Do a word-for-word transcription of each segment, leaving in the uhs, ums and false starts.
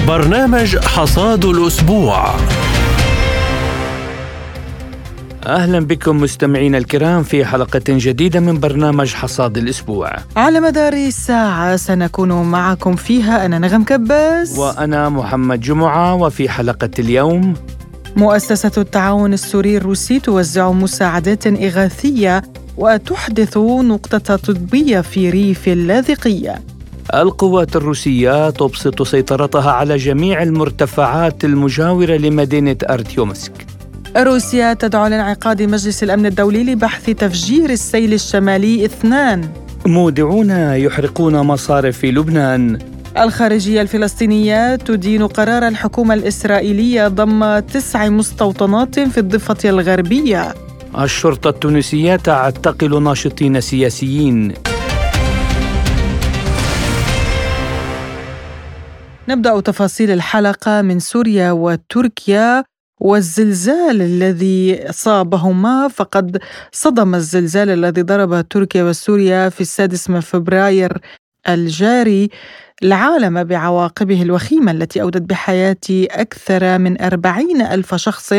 برنامج حصاد الأسبوع. أهلا بكم مستمعين الكرام في حلقة جديدة من برنامج حصاد الأسبوع. على مدار الساعة سنكون معكم فيها أنا نغم كباس وأنا محمد جمعة. وفي حلقة اليوم: مؤسسة التعاون السوري الروسي توزع مساعدات إغاثية وتحدث نقطة طبية في ريف اللاذقية. القوات الروسية تبسط سيطرتها على جميع المرتفعات المجاورة لمدينة أرتيومسك. روسيا تدعو لانعقاد مجلس الأمن الدولي لبحث تفجير السيل الشمالي اثنان. مودعون يحرقون مصارف في لبنان. الخارجية الفلسطينية تدين قرار الحكومة الإسرائيلية ضم تسع مستوطنات في الضفة الغربية. الشرطة التونسية تعتقل ناشطين سياسيين. نبدأ تفاصيل الحلقة من سوريا وتركيا والزلزال الذي صابهما. فقد صدم الزلزال الذي ضرب تركيا وسوريا في السادس من فبراير الجاري العالم بعواقبه الوخيمة التي أودت بحياة أكثر من أربعين ألف شخص،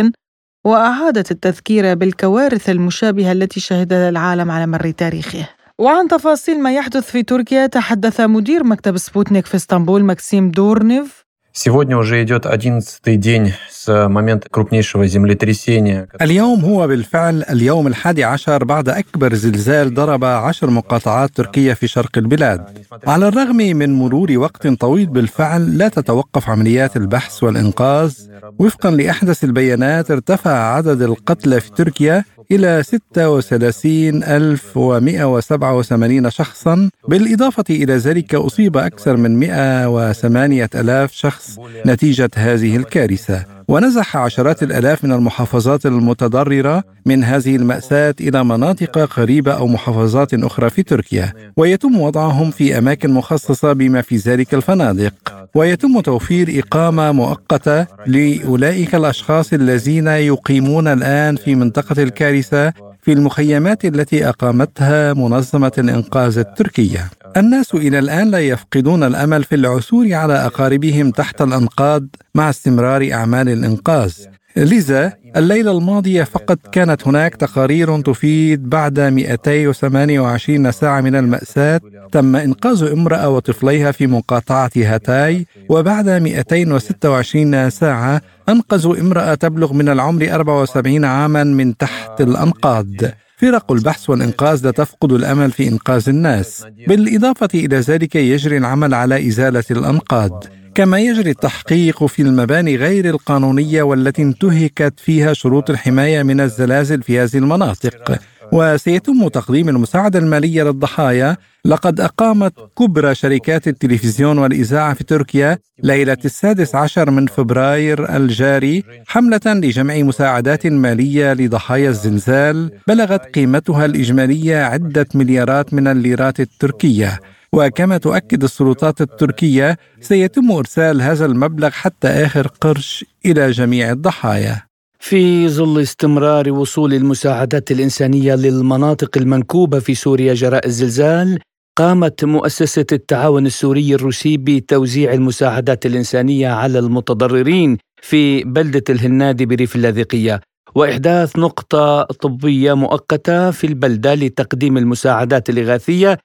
وأعادت التذكير بالكوارث المشابهة التي شهدها العالم على مر تاريخه. وعن تفاصيل ما يحدث في تركيا تحدث مدير مكتب سبوتنيك في اسطنبول ماكسيم دورنيف. Сегодня уже идет одиннадцатый день с момента крупнейшего землетрясения. اليوم هو بالفعل اليوم الحادي عشر بعد أكبر زلزال ضرب عشر مقاطعات تركية في شرق البلاد. على الرغم من مرور وقت طويل بالفعل لا تتوقف عمليات البحث والإنقاذ. وفقا لأحدث البيانات ارتفع عدد القتلى في تركيا إلى ستة وثلاثين ألف ومئة وسبعة وثمانين شخصا. بالإضافة إلى ذلك أصيب أكثر من مئة وثمانية آلاف شخص نتيجة هذه الكارثة، ونزح عشرات الآلاف من المحافظات المتضررة من هذه المأساة إلى مناطق قريبة أو محافظات أخرى في تركيا، ويتم وضعهم في أماكن مخصصة بما في ذلك الفنادق، ويتم توفير إقامة مؤقتة لأولئك الأشخاص الذين يقيمون الآن في منطقة الكارثة في المخيمات التي أقامتها منظمة الإنقاذ التركية. الناس إلى الآن لا يفقدون الأمل في العثور على أقاربهم تحت الأنقاض مع استمرار أعمال الإنقاذ. لذا الليلة الماضية فقط كانت هناك تقارير تفيد بعد مئتين وثمانية وعشرين ساعة من المأساة تم إنقاذ امرأة وطفليها في مقاطعة هاتاي، وبعد مئتين وستة وعشرين ساعة أنقذوا امرأة تبلغ من العمر أربعة وسبعين عاما من تحت الأنقاض. فرق البحث والإنقاذ لا تفقد الأمل في إنقاذ الناس. بالإضافة إلى ذلك يجري العمل على إزالة الأنقاض، كما يجري التحقيق في المباني غير القانونية والتي انتهكت فيها شروط الحماية من الزلازل في هذه المناطق. وسيتم تقديم المساعدة المالية للضحايا. لقد أقامت كبرى شركات التلفزيون والإذاعة في تركيا ليلة السادس عشر من فبراير الجاري حملة لجمع مساعدات مالية لضحايا الزلزال بلغت قيمتها الإجمالية عدة مليارات من الليرات التركية. وكما تؤكد السلطات التركية سيتم إرسال هذا المبلغ حتى آخر قرش إلى جميع الضحايا. في ظل استمرار وصول المساعدات الإنسانية للمناطق المنكوبة في سوريا جراء الزلزال، قامت مؤسسة التعاون السوري الروسي بتوزيع المساعدات الإنسانية على المتضررين في بلدة الهنادي بريف اللاذقية، وإحداث نقطة طبية مؤقتة في البلدة لتقديم المساعدات الإغاثية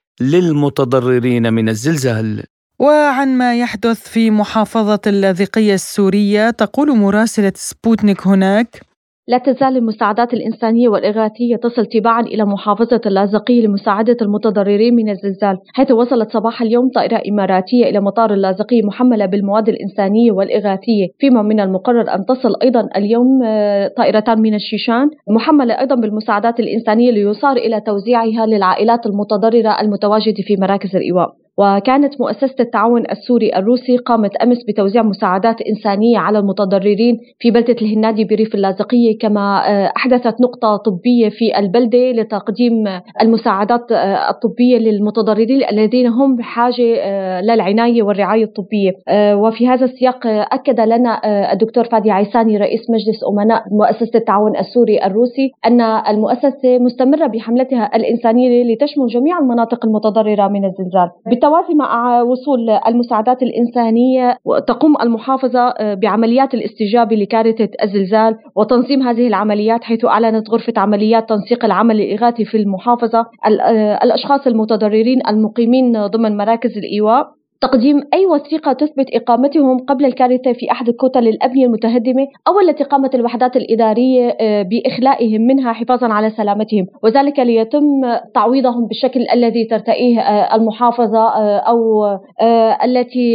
للمتضررين من الزلزال. وعن ما يحدث في محافظة اللاذقية السورية تقول مراسلة سبوتنيك هناك: لا تزال المساعدات الإنسانية والإغاثية تصل تباعا إلى محافظة اللاذقية لمساعدة المتضررين من الزلزال، حيث وصلت صباح اليوم طائرة إماراتية إلى مطار اللاذقية محملة بالمواد الإنسانية والإغاثية، فيما من المقرر أن تصل أيضا اليوم طائرتان من الشيشان محملة أيضا بالمساعدات الإنسانية ليصار إلى توزيعها للعائلات المتضررة المتواجدة في مراكز الإيواء. وكانت مؤسسة التعاون السوري الروسي قامت أمس بتوزيع مساعدات إنسانية على المتضررين في بلدة الهنادي بريف اللاذقية، كما أحدثت نقطة طبية في البلدة لتقديم المساعدات الطبية للمتضررين الذين هم بحاجة للعناية والرعاية الطبية. وفي هذا السياق أكد لنا الدكتور فادي عيساني رئيس مجلس أمناء مؤسسة التعاون السوري الروسي أن المؤسسة مستمرة بحملتها الإنسانية لتشمل جميع المناطق المتضررة من الزلزال. بالتوازي مع وصول المساعدات الإنسانية، تقوم المحافظة بعمليات الاستجابة لكارثة الزلزال وتنظيم هذه العمليات، حيث أعلنت غرفة عمليات تنسيق العمل الإغاثي في المحافظة الأشخاص المتضررين المقيمين ضمن مراكز الإيواء تقديم أي وثيقة تثبت إقامتهم قبل الكارثة في أحد كتل الأبنية المتهدمة أو التي قامت الوحدات الإدارية بإخلائهم منها حفاظا على سلامتهم، وذلك ليتم تعويضهم بالشكل الذي ترتئيه المحافظة أو التي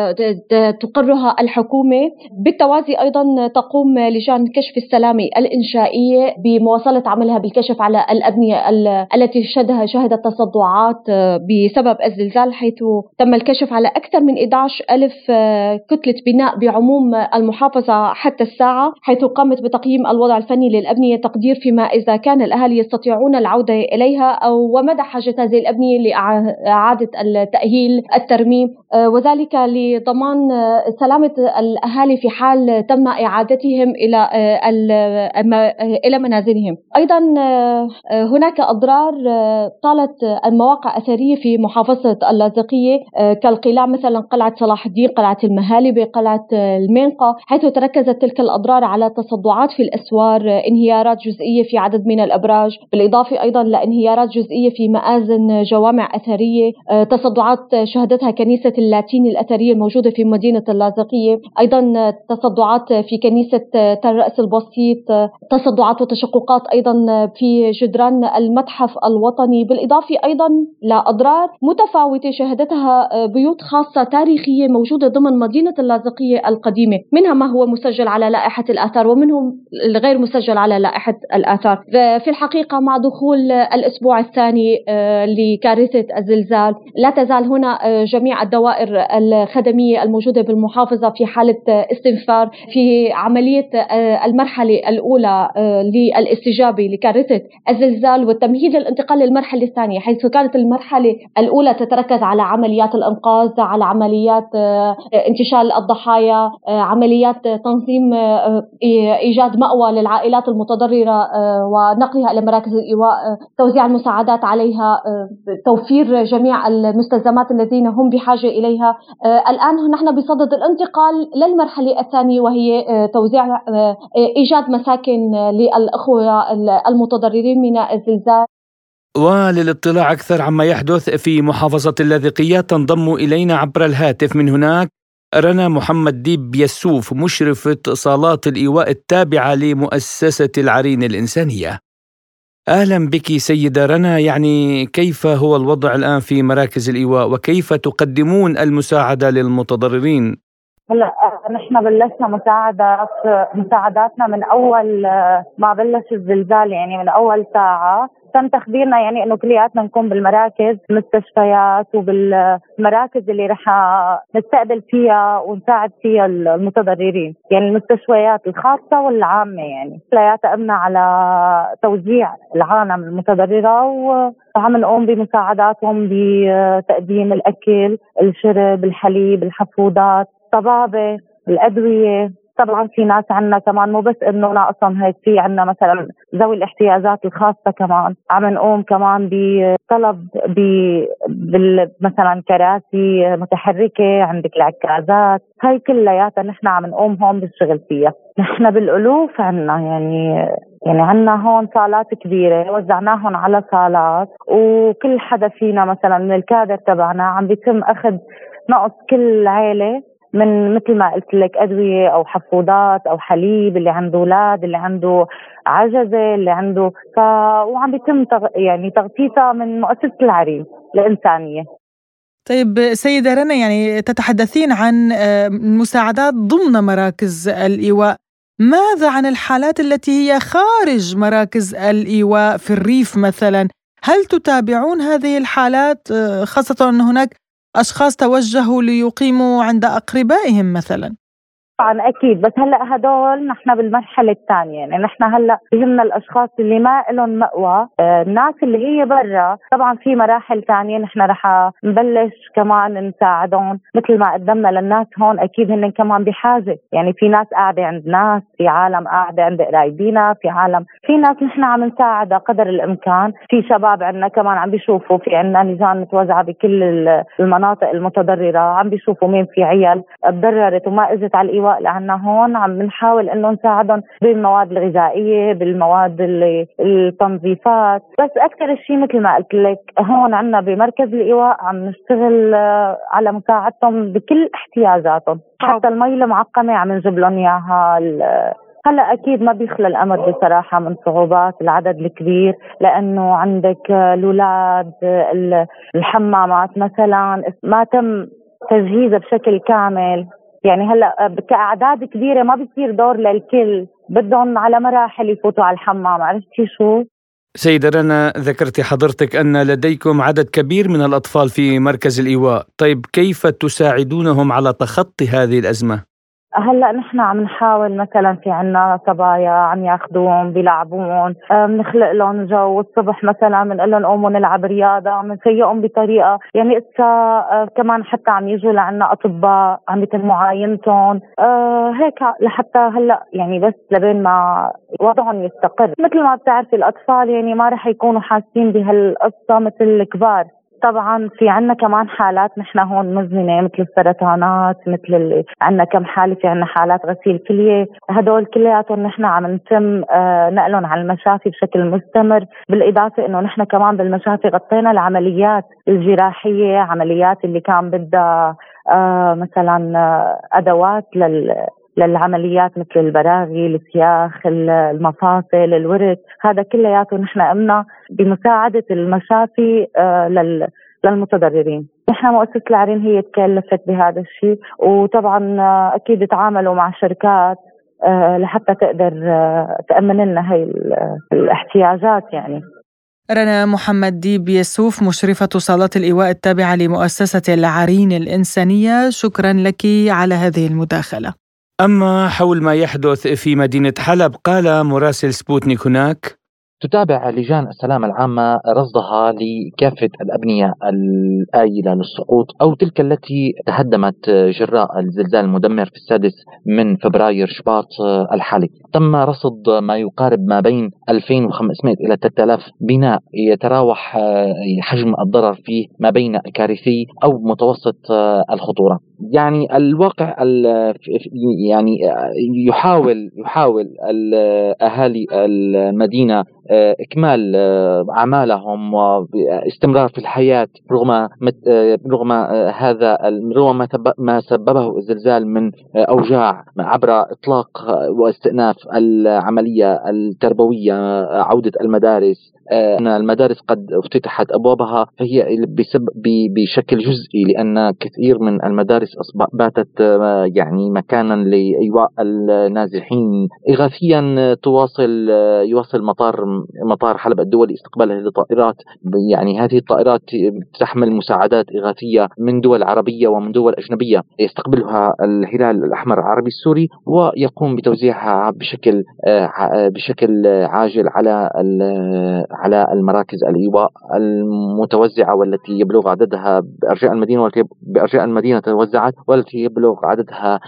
تقرها الحكومة. بالتوازي أيضا تقوم لجان كشف السلامة الإنشائية بمواصلة عملها بالكشف على الأبنية التي شهدت تصدعات بسبب الزلزال، حيث تم الكشف على أكثر من إحدى عشر ألف كتلة بناء بعموم المحافظة حتى الساعة، حيث قامت بتقييم الوضع الفني للأبنية، تقدير فيما إذا كان الأهالي يستطيعون العودة إليها أو ومدى حاجة هذه الأبنية لإعادة التأهيل الترميم، وذلك لضمان سلامة الأهالي في حال تم إعادتهم إلى إلى منازلهم. أيضا هناك أضرار طالت المواقع الأثرية في محافظة اللاذقية كالقلاع، مثلا قلعة صلاح الدين، قلعة المهالبة، قلعة المنقى، حيث تركزت تلك الأضرار على تصدعات في الأسوار، انهيارات جزئية في عدد من الأبراج، بالإضافة أيضا لانهيارات جزئية في مآذن جوامع أثرية، تصدعات شهدتها كنيسة اللاتين الأثرية الموجودة في مدينة اللاذقية، أيضا تصدعات في كنيسة تل رأس البسيط، تصدعات وتشققات أيضا في جدران المتحف الوطني، بالإضافة أيضا لأضرار متفاوتة شهدتها بيوت خاصة تاريخية موجودة ضمن مدينة اللاذقية القديمة، منها ما هو مسجل على لائحة الآثار ومنهم الغير مسجل على لائحة الآثار. في الحقيقة مع دخول الأسبوع الثاني لكارثة الزلزال لا تزال هنا جميع الدوائر الخدمية الموجودة بالمحافظة في حالة استنفار في عملية المرحلة الأولى للاستجابة لكارثة الزلزال والتمهيد للانتقال للمرحلة الثانية، حيث كانت المرحلة الأولى تتركز على عمليات الإنقاذ، على عمليات انتشال الضحايا، عمليات تنظيم إيجاد مأوى للعائلات المتضررة ونقلها إلى مراكز الإيواء، توزيع المساعدات عليها، توفير جميع المستلزمات الذين هم بحاجة إليها. الآن نحن بصدد الانتقال للمرحلة الثانية وهي توزيع إيجاد مساكن للأخوة المتضررين من الزلزال. وللاطلاع أكثر عما يحدث في محافظة اللاذقية تنضم إلينا عبر الهاتف من هناك رنا محمد ديب يسوف، مشرفة صالات الإيواء التابعة لمؤسسة العرين الإنسانية. أهلا بك سيدة رنا، يعني كيف هو الوضع الآن في مراكز الإيواء وكيف تقدمون المساعدة للمتضررين؟ هلا نحن بلشنا مساعدات مساعداتنا من أول ما بلش الزلزال، يعني من أول ساعة تم تخبيرنا يعني انه كلياتنا نكون بالمراكز، المستشفيات وبالمراكز اللي رح نستقبل فيها ونساعد فيها المتضررين، يعني المستشفيات الخاصة والعامة، يعني كلياتها قمنا على توزيع العالم المتضررة وعم نقوم بمساعداتهم بتقديم الأكل، الشرب، الحليب، الحفوضات، الطبابة، الأدوية. طبعا في ناس عنا كمان مو بس انه ناقصهم هيك، في عنا مثلا ذوي الاحتياجات الخاصة كمان عم نقوم كمان بطلب ب مثلا كراسي متحركة، عندك العكازات، هاي كلياتها نحن عم نقوم هون بالشغل فيها. نحن بالألوف عنا، يعني يعني عنا هون صالات كبيرة وزعناهم على صالات، وكل حدا فينا مثلا من الكادر تبعنا عم بيتم أخذ نقص كل عائلة من مثل ما قلت لك أدوية أو حفوضات أو حليب، اللي عنده أولاد، اللي عنده عجزة، اللي عنده ف... وعم بيتم تغ... يعني تغطيتها من مؤسسة العرين الإنسانية. طيب سيدة رنا، يعني تتحدثين عن مساعدات ضمن مراكز الإيواء، ماذا عن الحالات التي هي خارج مراكز الإيواء في الريف مثلا؟ هل تتابعون هذه الحالات، خاصة أن هناك أشخاص توجهوا ليقيموا عند أقربائهم مثلا؟ طبعا اكيد، بس هلا هدول نحن بالمرحله الثانيه، يعني نحن هلا بهمنا الاشخاص اللي ما لهم مأوى. آه الناس اللي هي برا طبعا في مراحل ثانيه نحن رح نبلش كمان نساعدهم مثل ما قدمنا للناس هون. اكيد هن كمان بحاجه، يعني في ناس قاعده عند ناس، في عالم قاعده عند قرايبينا، في عالم في ناس نحن عم نساعدها قدر الامكان. في شباب عندنا كمان عم بيشوفوا، في عندنا لجان متوزعه بكل المناطق المتضرره، عم بيشوفوا مين في عيال تضررت وما اجت على الايواء لعنا هون. عم نحاول انه نساعدهم بالمواد الغذائيه، بالمواد اللي التنظيفات. بس اكثر شيء مثل ما قلت لك هون عندنا بمركز الايواء عم نشتغل على مساعدتهم بكل احتياجاتهم، حتى المي المعقمه عم نجيب لهم اياها. هلا اكيد ما بيخلى الامر بصراحه من صعوبات العدد الكبير، لانه عندك الاولاد، الحمامات مثلا ما تم تجهيزها بشكل كامل. يعني هلا كأعداد كبيره ما بيصير دور للكل، بدهم على مراحل يفوتوا على الحمام. عرفتي شو؟ سيدة رنا، ذكرت حضرتك أن لديكم عدد كبير من الأطفال في مركز الإيواء، طيب كيف تساعدونهم على تخطي هذه الأزمة؟ هلا نحن عم نحاول، مثلا في عنا صبايا عم ياخذوهم بيلعبون، بنخلق لهم جو الصبح، مثلا بنقول لهم قوموا نلعب رياضه، بنفيقهم بطريقه يعني اسا كمان حتى عم يجوا لعنا اطباء عم يتم معاينتهم أه هيك لحتى هلا يعني بس لبين ما وضعهم يستقر. مثل ما بتعرفي الاطفال يعني ما رح يكونوا حاسين بهالقصه مثل الكبار. طبعا في عنا كمان حالات نحن هون مزمنة مثل السرطانات، مثل اللي عنا كم حالة، في عنا حالات غسيل كلية، هدول كلياتهم نحن عم نتم آه نقلهم على المشافي بشكل مستمر. بالإضافة إنه نحن كمان بالمشافي غطينا العمليات الجراحية، عمليات اللي كان بدها آه مثلا آه أدوات لل للعمليات مثل البراغي، السياخ، المفاصل، الورك، هذا كلياته نحن قمنا بمساعدة المشافي آه للمتضررين. نحن مؤسسة العرين هي تكلفت بهذا الشيء، وطبعا آه أكيد تعاملوا مع شركات آه لحتى تقدر آه تأمن لنا هاي الاحتياجات. يعني رنا محمد ديب يسوف، مشرفة صالات الإيواء التابعة لمؤسسة العرين الإنسانية، شكرا لك على هذه المداخلة. أما حول ما يحدث في مدينة حلب، قال مراسل سبوتنيك هناك: تتابع لجان السلامة العامة رصدها لكافة الأبنية الآيلة للسقوط أو تلك التي تهدمت جراء الزلزال المدمر في السادس من فبراير شباط الحالي. تم رصد ما يقارب ما بين ألفين وخمسمائة إلى ثلاثة آلاف بناء، يتراوح حجم الضرر فيه ما بين كارثي أو متوسط الخطورة. يعني الواقع يعني يحاول يحاول الأهالي المدينة إكمال أعمالهم واستمرار في الحياة رغم رغم هذا رغم ما سببه الزلزال من أوجاع، عبر إطلاق واستئناف العملية التربوية، عودة المدارس. أن المدارس قد افتتحت أبوابها، فهي بشكل جزئي، لأن كثير من المدارس باتت يعني مكانا لإيواء النازحين. إغاثيا تواصل يواصل مطار مطار حلب الدولي استقباله للطائرات، يعني هذه الطائرات تحمل مساعدات إغاثية من دول عربية ومن دول أجنبية، يستقبلها الهلال الأحمر العربي السوري ويقوم بتوزيعها بشكل بشكل عاجل على على المراكز الإيواء المتوزعة، والتي يبلغ عددها بأرجاء المدينة والتي بأرجاء المدينة توزعت، والتي يبلغ عددها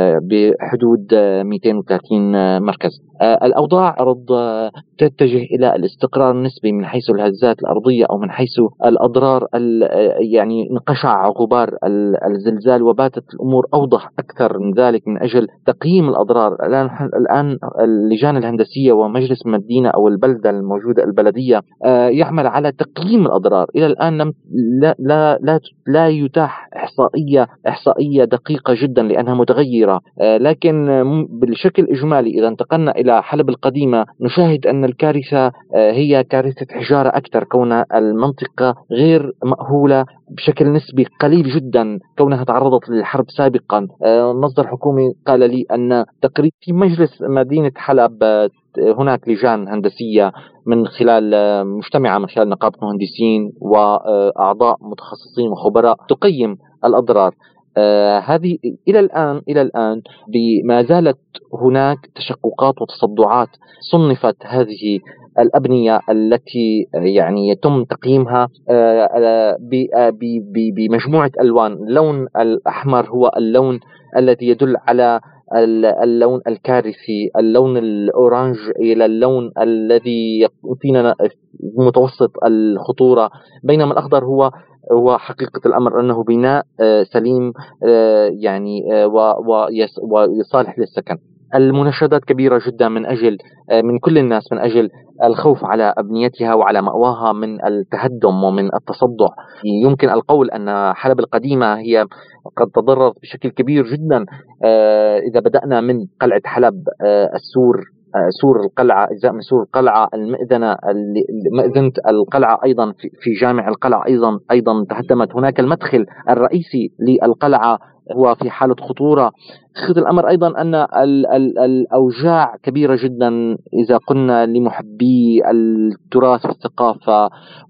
بحدود مئتين وثلاثين مركز. الأوضاع أرض تتجه إلى الاستقرار النسبي من حيث الهزات الأرضية أو من حيث الأضرار، يعني انقشع غبار الزلزال، وباتت الأمور أوضح أكثر من ذلك من أجل تقييم الأضرار. الآن اللجان الهندسية ومجلس المدينة أو البلدة الموجودة البلدية يعمل على تقييم الأضرار. إلى الآن لم لا لا لا, لا يتاح إحصائية إحصائية دقيقة جدا لأنها متغيرة، لكن بالشكل إجمالي إذا انتقلنا إلى حلب القديمة نشاهد أن الكارثة هي كارثة حجارة أكثر، كون المنطقة غير مأهولة بشكل نسبي قليل جدا كونها تعرضت للحرب سابقا. مصدر حكومي قال لي أن تقريبا في مجلس مدينة حلب هناك لجان هندسية من خلال مجتمعة من خلال نقابة مهندسين وأعضاء متخصصين وخبراء تقيم الأضرار. آه هذه إلى الآن إلى الآن ما زالت هناك تشققات وتصدعات. صنفت هذه الأبنية التي يعني يتم تقييمها بمجموعة ألوان. اللون الأحمر هو اللون الذي يدل على اللون الكارثي، اللون الأورانج إلى اللون الذي يعطينا متوسط الخطورة، بينما الأخضر هو هو حقيقة الأمر أنه بناء سليم يعني وصالح للسكن. المناشدات كبيرة جدا من أجل من كل الناس من أجل الخوف على أبنيتها وعلى مأواها من التهدم ومن التصدع. يمكن القول أن حلب القديمة هي قد تضررت بشكل كبير جدا. إذا بدأنا من قلعة حلب، السور سور القلعة، أجزاء من سور القلعة، المئذنة، مئذنة القلعة أيضا في جامع القلعة أيضا أيضا تهدمت. هناك المدخل الرئيسي للقلعة هو في حالة خطورة. خذ الأمر أيضا أن ال ال الأوجاع كبيرة جدا إذا قلنا لمحبي التراث والثقافة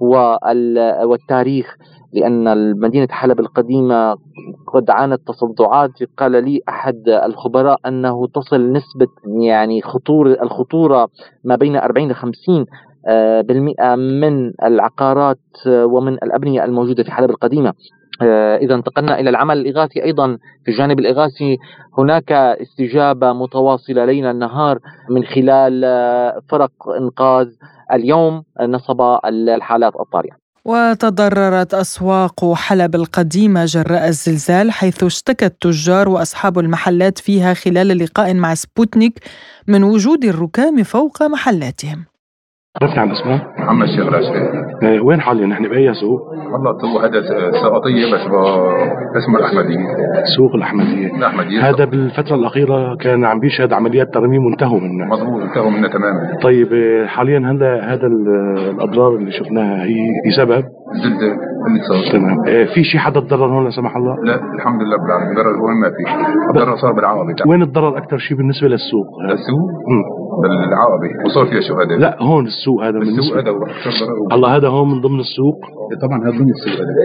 والتاريخ، لأن مدينة حلب القديمة قد عانت تصدعات. قال لي أحد الخبراء أنه تصل نسبة يعني خطورة الخطورة ما بين أربعين إلى خمسين بالمئة من العقارات ومن الأبنية الموجودة في حلب القديمة. إذا انتقلنا إلى العمل الإغاثي أيضا، في الجانب الإغاثي هناك استجابة متواصلة ليل نهار من خلال فرق إنقاذ. اليوم نصب الحالات الطارئة. وتضررت أسواق حلب القديمة جراء الزلزال، حيث اشتكى التجار وأصحاب المحلات فيها خلال لقاء مع سبوتنيك من وجود الركام فوق محلاتهم. عرفت عن اسمه؟ محمد الشيخ العشري. اه وين حاليا؟ نحن بأي سوق؟ والله السوق هذا سقطية بس اسمه الأحمدية. سوق الأحمدية. الأحمدية. هذا بالفترة الأخيرة كان عم بيشهد عمليات ترميم وانتهوا منه. مضبوط، انتهوا منه تماما. طيب حاليا هذا هذا الأضرار اللي شفناها هي بسبب الزلزال اللي صار. تمام. اه في شيء حدا تضرر هون لا سمح الله؟ لا الحمد لله رب العالمين، ضرر هون ما في. الضرر صار بالعقبة. وين الضرر أكثر شيء بالنسبة للسوق؟ السوق؟ بالعقبة وصار فيها شهداء. لا هون السوق هذا من السوق هذا الله هذا هون من ضمن السوق. طبعا هذا ضمن السوق هذا.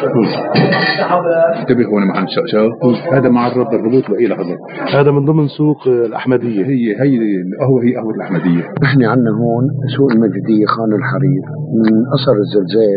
انتبه هون مع الشقشاق، هذا مع الرب الربوط وإلى هذا. هذا من ضمن سوق الأحمدية. هي هي هو هي قهوة الأحمدية. نحن عندنا هون سوق المجدية خان الحرير من أثر الزلزال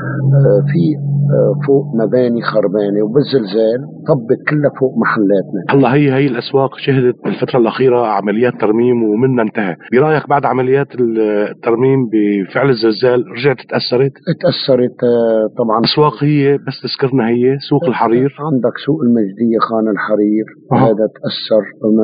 في فوق مباني خربانة، وبالزلزال طبت كلها فوق محلاتنا. هلا هي هي الأسواق شهدت بالفترة الأخيرة عمليات ترميم ومنها انتهى. برأيك بعد عمليات الترميم بفعل الزلزال رجعت تأثرت؟ تأثرت طبعا. أسواق هي بس تذكرنا هي سوق الحرير. عندك سوق المجدية خان الحرير. أه. هذا تأثر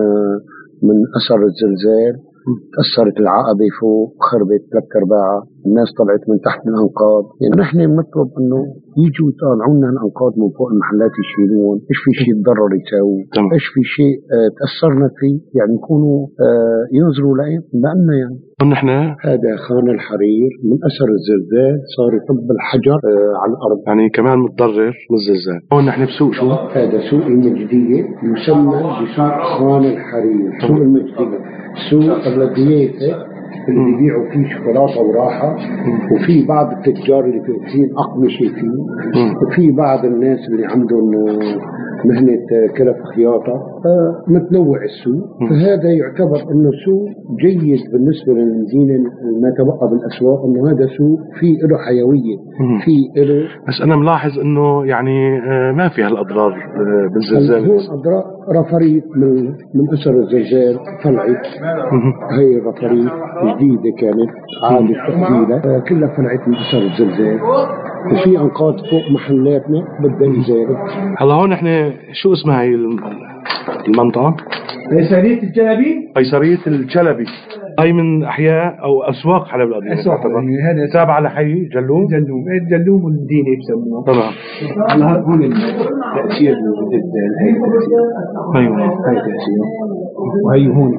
من أثر الزلزال. تأثرت العقبة فوق، خربت ثلاث أرباعها، الناس طلعت من تحت الأنقاض. يعني نحن بنطلب إنه يجوا يطلعوا لنا الأنقاض من فوق المحلات يشيلون، إيش في شيء تضرر يساووا، إيش في شيء اه تأثرنا فيه، يعني يكونوا اه ينظروا لنا يعني. نحن هذا خان الحرير من أثر الزلزال صار يطب الحجر اه على الأرض، يعني كمان متضرر من الزلزال. هون نحن بسوق شو؟ هذا سوق المجدية يسمى بسوق خان الحرير. سوق المجدية سوق الرديات اللي بيبيعوا فيه شوكولاته وراحه، وفي بعض التجار اللي بيوزعين اقمشه فيه، وفي بعض الناس اللي عندهم مهنه كلف خياطه. متنوع السوق، فهذا يعتبر انه سوق جيد بالنسبه للمدينه. ما تبقى بالاسواق انه هذا سوق فيه له حيويه، فيه له. بس انا ملاحظ انه يعني ما في هالاضرار بالزلزال. هون اضرار رفريت من من اثر الزلزال طلعت. هي رفريت جديده كانت عادة تقديرها كلها طلعت من اثر الزلزال، وفي انقاض فوق محلاتنا بدها ازاله. هلا هون احنا شو اسمها هي المنطقه؟ قيصرية الجلبي. قيصرية الجلبي أي من أحياء أو أسواق حلب القديمة. أسواق هذا تابعة لحي جلوم. جلوم جلوم والدينة بسموه. تمام. على هون التأثير الزلزال. هي التأثير. أيوة. هي تأثير. وهي هون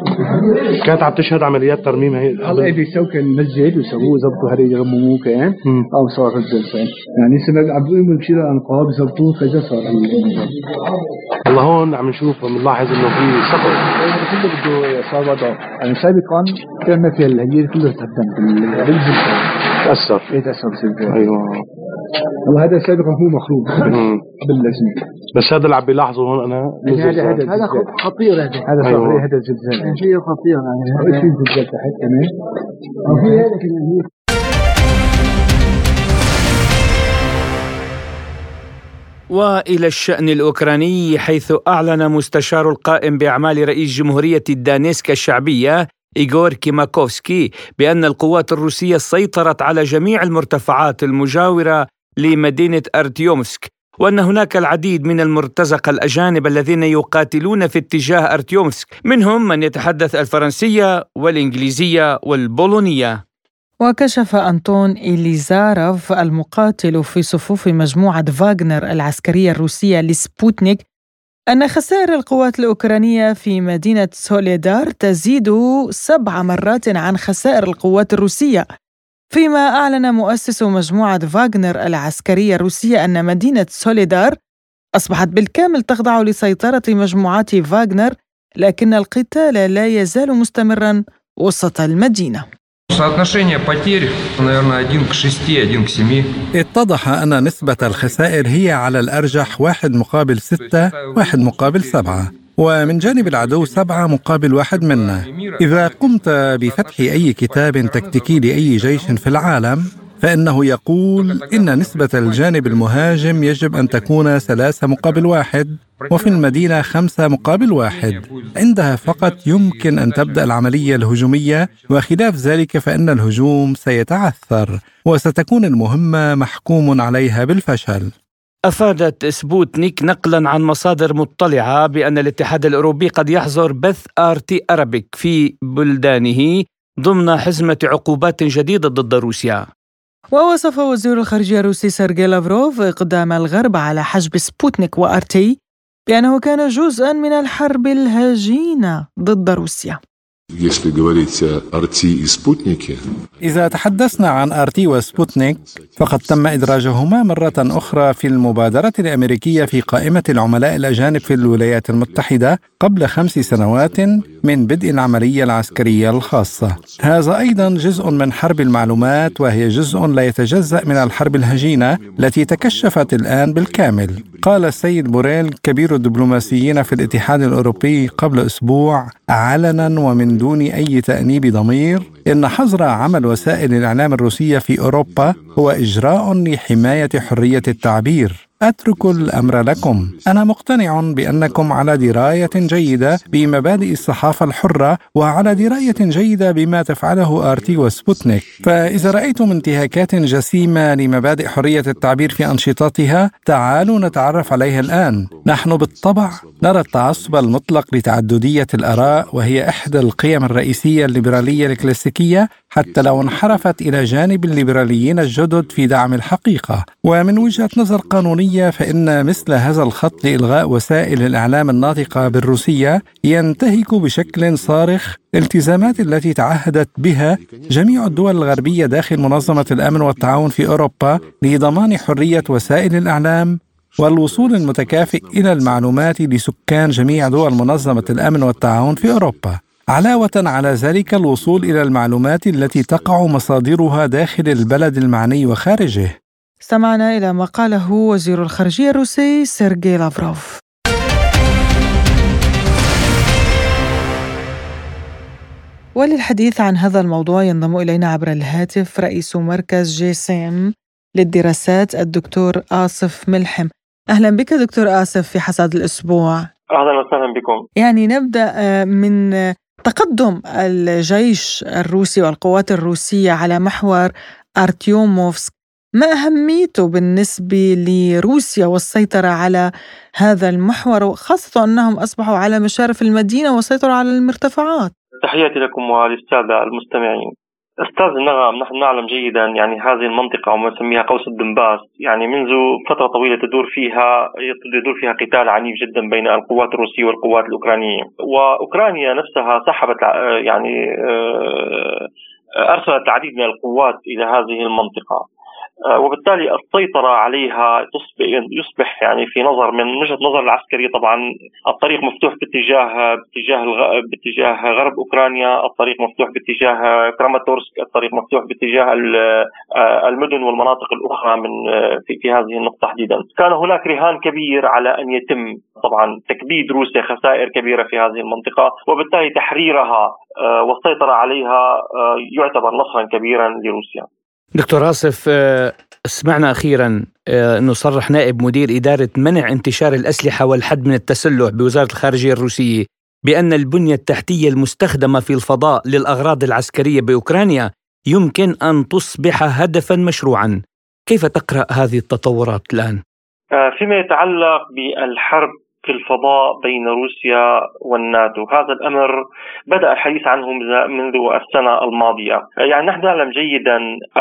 كانت عم تشهد عمليات ترميم هي. هلا بيسووا كان مسجد وسووه ضبطوا هذي يرمموه كان أو صار الزلزال. يعني سنة عم بيقوموا بشيل الأنقاض بيضبطوه كذا صار. الله هون عم نشوف بنلاحظ إنه في سقط. كله بده صار وضع. يعني سابقا كان ما في الهجير كله تهدم بالزلزال. تأثر. إيه تأثر بالزلزال. أيوة. وهذا سابقا هو مخروب باللازم. بس هذا اللي عم بيلاحظه هون انا هذا هذا خطير، هذا هذا أيوة. هذا الزلزال شيء خطير يعني هذا شيء زلزال تحت كمان وفي هذا كمان. وإلى الشأن الأوكراني، حيث أعلن مستشار القائم بأعمال رئيس جمهورية الدانيسك الشعبية إيغور كيماكوفسكي بأن القوات الروسية سيطرت على جميع المرتفعات المجاورة لمدينة أرتيومسك، وأن هناك العديد من المرتزقة الأجانب الذين يقاتلون في اتجاه أرتيومسك، منهم من يتحدث الفرنسية والإنجليزية والبولونية. وكشف أنطون إليزاروف المقاتل في صفوف مجموعة فاغنر العسكرية الروسية لسبوتنيك أن خسائر القوات الأوكرانية في مدينة سوليدار تزيد سبع مرات عن خسائر القوات الروسية، فيما أعلن مؤسس مجموعة فاغنر العسكرية الروسية أن مدينة سوليدار أصبحت بالكامل تخضع لسيطرة مجموعات فاغنر، لكن القتال لا يزال مستمرا وسط المدينة. اتضح أن نسبة الخسائر هي على الأرجح واحد مقابل ستة، واحد مقابل سبعة، ومن جانب العدو سبعة مقابل واحد منا. إذا قمت بفتح أي كتاب تكتيكي لأي جيش في العالم فإنه يقول إن نسبة الجانب المهاجم يجب أن تكون ثلاثة مقابل واحد، وفي المدينة خمسة مقابل واحد. عندها فقط يمكن أن تبدأ العملية الهجومية، وخلاف ذلك فإن الهجوم سيتعثر وستكون المهمة محكوم عليها بالفشل. أفادت سبوتنيك نقلا عن مصادر مطلعة بأن الاتحاد الأوروبي قد يحظر بث آر تي أرابيك في بلدانه ضمن حزمة عقوبات جديدة ضد روسيا. ووصف وزير الخارجية الروسي سيرجي لافروف إقدام الغرب على حجب سبوتنيك وآرتي بأنه كان جزءاً من الحرب الهجينة ضد روسيا. إذا تحدثنا عن آرتي وسبوتنيك فقد تم إدراجهما مرة أخرى في المبادرة الأمريكية في قائمة العملاء الأجانب في الولايات المتحدة قبل خمس سنوات من بدء العملية العسكرية الخاصة. هذا أيضا جزء من حرب المعلومات، وهي جزء لا يتجزأ من الحرب الهجينة التي تكشفت الآن بالكامل. قال السيد بوريل كبير الدبلوماسيين في الاتحاد الأوروبي قبل أسبوع علنا ومن دون أي تأنيب ضمير إن حظر عمل وسائل الإعلام الروسية في أوروبا هو إجراء لحماية حرية التعبير. أترك الأمر لكم. أنا مقتنع بأنكم على دراية جيدة بمبادئ الصحافة الحرة وعلى دراية جيدة بما تفعله آرتي وسبوتنيك، فإذا رأيتم انتهاكات جسيمة لمبادئ حرية التعبير في أنشطتها تعالوا نتعرف عليها الآن. نحن بالطبع نرى التعصب المطلق لتعددية الآراء، وهي إحدى القيم الرئيسية الليبرالية الكلاسيكية حتى لو انحرفت إلى جانب الليبراليين الجدد في دعم الحقيقة. ومن وجهة نظر قانونية فإن مثل هذا الخط لإلغاء وسائل الإعلام الناطقة بالروسية ينتهك بشكل صارخ الالتزامات التي تعهدت بها جميع الدول الغربية داخل منظمة الأمن والتعاون في أوروبا لضمان حرية وسائل الإعلام والوصول المتكافئ إلى المعلومات لسكان جميع دول منظمة الأمن والتعاون في أوروبا، علاوة على ذلك الوصول إلى المعلومات التي تقع مصادرها داخل البلد المعني وخارجه. استمعنا إلى ما قاله وزير الخارجية الروسي سيرجي لافروف. وللحديث عن هذا الموضوع ينضم إلينا عبر الهاتف رئيس مركز جيسيم للدراسات الدكتور آصف ملحم. أهلا بك دكتور آصف في حصاد الأسبوع. أهلا وسهلا بكم. يعني نبدأ من تقدم الجيش الروسي والقوات الروسية على محور أرتيوموفسك، ما أهميته بالنسبة لروسيا والسيطرة على هذا المحور، خاصة أنهم أصبحوا على مشارف المدينة وسيطروا على المرتفعات؟ تحياتي لكم وللسادة المستمعين. أستاذ نغم، نحن نعلم جيدا يعني هذه المنطقة وما نسميها قوس الدنباس يعني منذ فترة طويلة تدور فيها يدور فيها قتال عنيف جدا بين القوات الروسية والقوات الأوكرانية، وأوكرانيا نفسها سحبت يعني أرسلت العديد من القوات إلى هذه المنطقة. وبالتالي السيطرة عليها يصبح يعني في نظر من وجهة نظر العسكري طبعا الطريق مفتوح باتجاه باتجاه الغ... باتجاه غرب أوكرانيا، الطريق مفتوح باتجاه كراماتورسك، الطريق مفتوح باتجاه المدن والمناطق الأخرى من في, في هذه النقطة تحديدا. كان هناك رهان كبير على أن يتم طبعا تكبيد روسيا خسائر كبيرة في هذه المنطقة، وبالتالي تحريرها والسيطرة عليها يعتبر نصرا كبيرا لروسيا. دكتور آصف، سمعنا أخيرا أنه صرح نائب مدير إدارة منع انتشار الأسلحة والحد من التسلح بوزارة الخارجية الروسية بأن البنية التحتية المستخدمة في الفضاء للأغراض العسكرية بأوكرانيا يمكن أن تصبح هدفا مشروعا. كيف تقرأ هذه التطورات الآن؟ فيما يتعلق بالحرب في الفضاء بين روسيا والناتو، هذا الأمر بدأ الحديث عنه منذ السنة الماضية. يعني نحن نعلم جيدا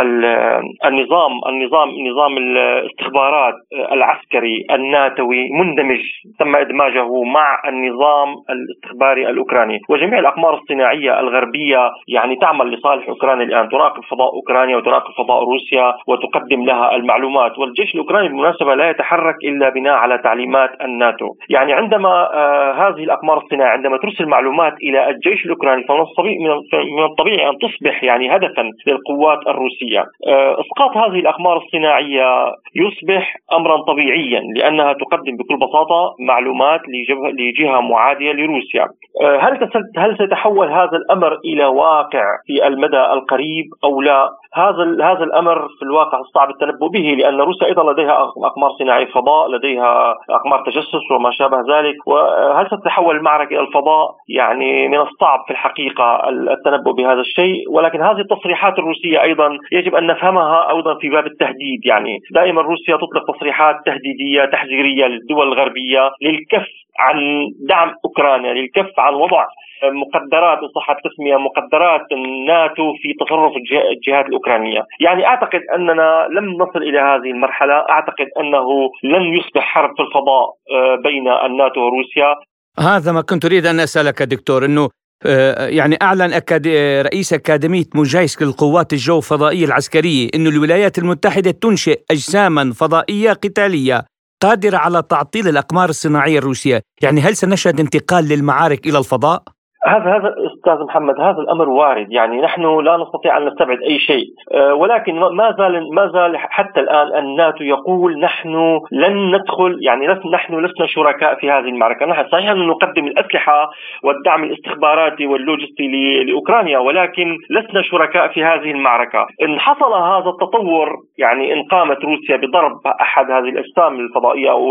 النظام النظام نظام الاستخبارات العسكري الناتوي مندمج، تم إدماجه مع النظام الاستخباري الأوكراني، وجميع الأقمار الصناعية الغربية يعني تعمل لصالح أوكرانيا الآن، تراقب فضاء أوكرانيا وتراقب فضاء روسيا وتقدم لها المعلومات. والجيش الأوكراني بالمناسبة لا يتحرك إلا بناء على تعليمات الناتو. يعني عندما آه هذه الأقمار الصناعية عندما ترسل معلومات إلى الجيش الأوكراني فمن الطبيعي من الطبيعي أن تصبح يعني هدفا للقوات الروسية. آه إسقاط هذه الأقمار الصناعية يصبح أمرا طبيعيا، لأنها تقدم بكل بساطة معلومات لجهة معادية لروسيا. آه هل هل سيتحول هذا الأمر إلى واقع في المدى القريب أو لا؟ هذا هذا الأمر في الواقع صعب التنبؤ به، لأن روسيا أيضا لديها أقمار صناعية فضاء، لديها أقمار تجسس وما شابه ذلك. وهل ستتحول المعركة إلى الفضاء؟ يعني من الصعب في الحقيقة التنبؤ بهذا الشيء، ولكن هذه التصريحات الروسية أيضا يجب أن نفهمها أيضا في باب التهديد. يعني دائما روسيا تطلق تصريحات تهديدية تحذيرية للدول الغربية للكف عن دعم أوكرانيا، للكف عن وضع مقدرات إن صح التسمية مقدرات الناتو في تصرف الجهات الأوكرانية. يعني أعتقد أننا لم نصل إلى هذه المرحلة، أعتقد أنه لن يصبح حرب في الفضاء بين الناتو وروسيا. هذا ما كنت أريد أن أسألك دكتور، أنه يعني أعلن أكاد... رئيس أكاديمية موجايسك للقوات الجو الفضائية العسكرية أن الولايات المتحدة تنشئ أجساما فضائية قتالية قادرة على تعطيل الأقمار الصناعية الروسية. يعني هل سنشهد انتقال للمعارك إلى الفضاء؟ هذا هذا استاذ محمد هذا الامر وارد، يعني نحن لا نستطيع ان نستبعد اي شيء، أه ولكن ما زال ما زال حتى الان الناتو يقول نحن لن ندخل، يعني نحن لسنا شركاء في هذه المعركه. نحن صحيح ان نقدم الاسلحه والدعم الاستخباراتي واللوجستي لاوكرانيا، ولكن لسنا شركاء في هذه المعركه. ان حصل هذا التطور، يعني ان قامت روسيا بضرب احد هذه الاجسام الفضائيه او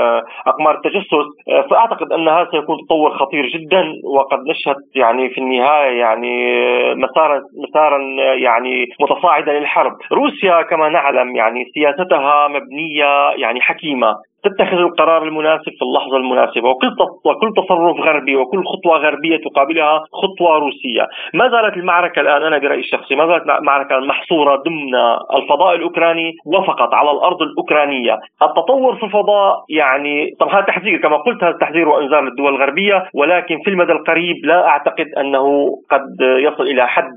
اقمار التجسس، فاعتقد ان هذا سيكون تطور خطير جدا، وقد نشهد يعني في النهاية يعني مسارا مسارا يعني متصاعدا للحرب. روسيا كما نعلم يعني سياستها مبنية يعني حكيمة، تتخذ القرار المناسب في اللحظة المناسبة، وكل وكل تصرف غربي وكل خطوة غربية تقابلها خطوة روسية. ما زالت المعركة الآن أنا برأيي الشخصي ما زالت معركة محصورة ضمن الفضاء الأوكراني وفقط على الأرض الأوكرانية. التطور في الفضاء يعني طبعا هذا تحذير كما قلت، هذا تحذير وإنذار للدول الغربية، ولكن في المدى القريب لا أعتقد أنه قد يصل إلى حد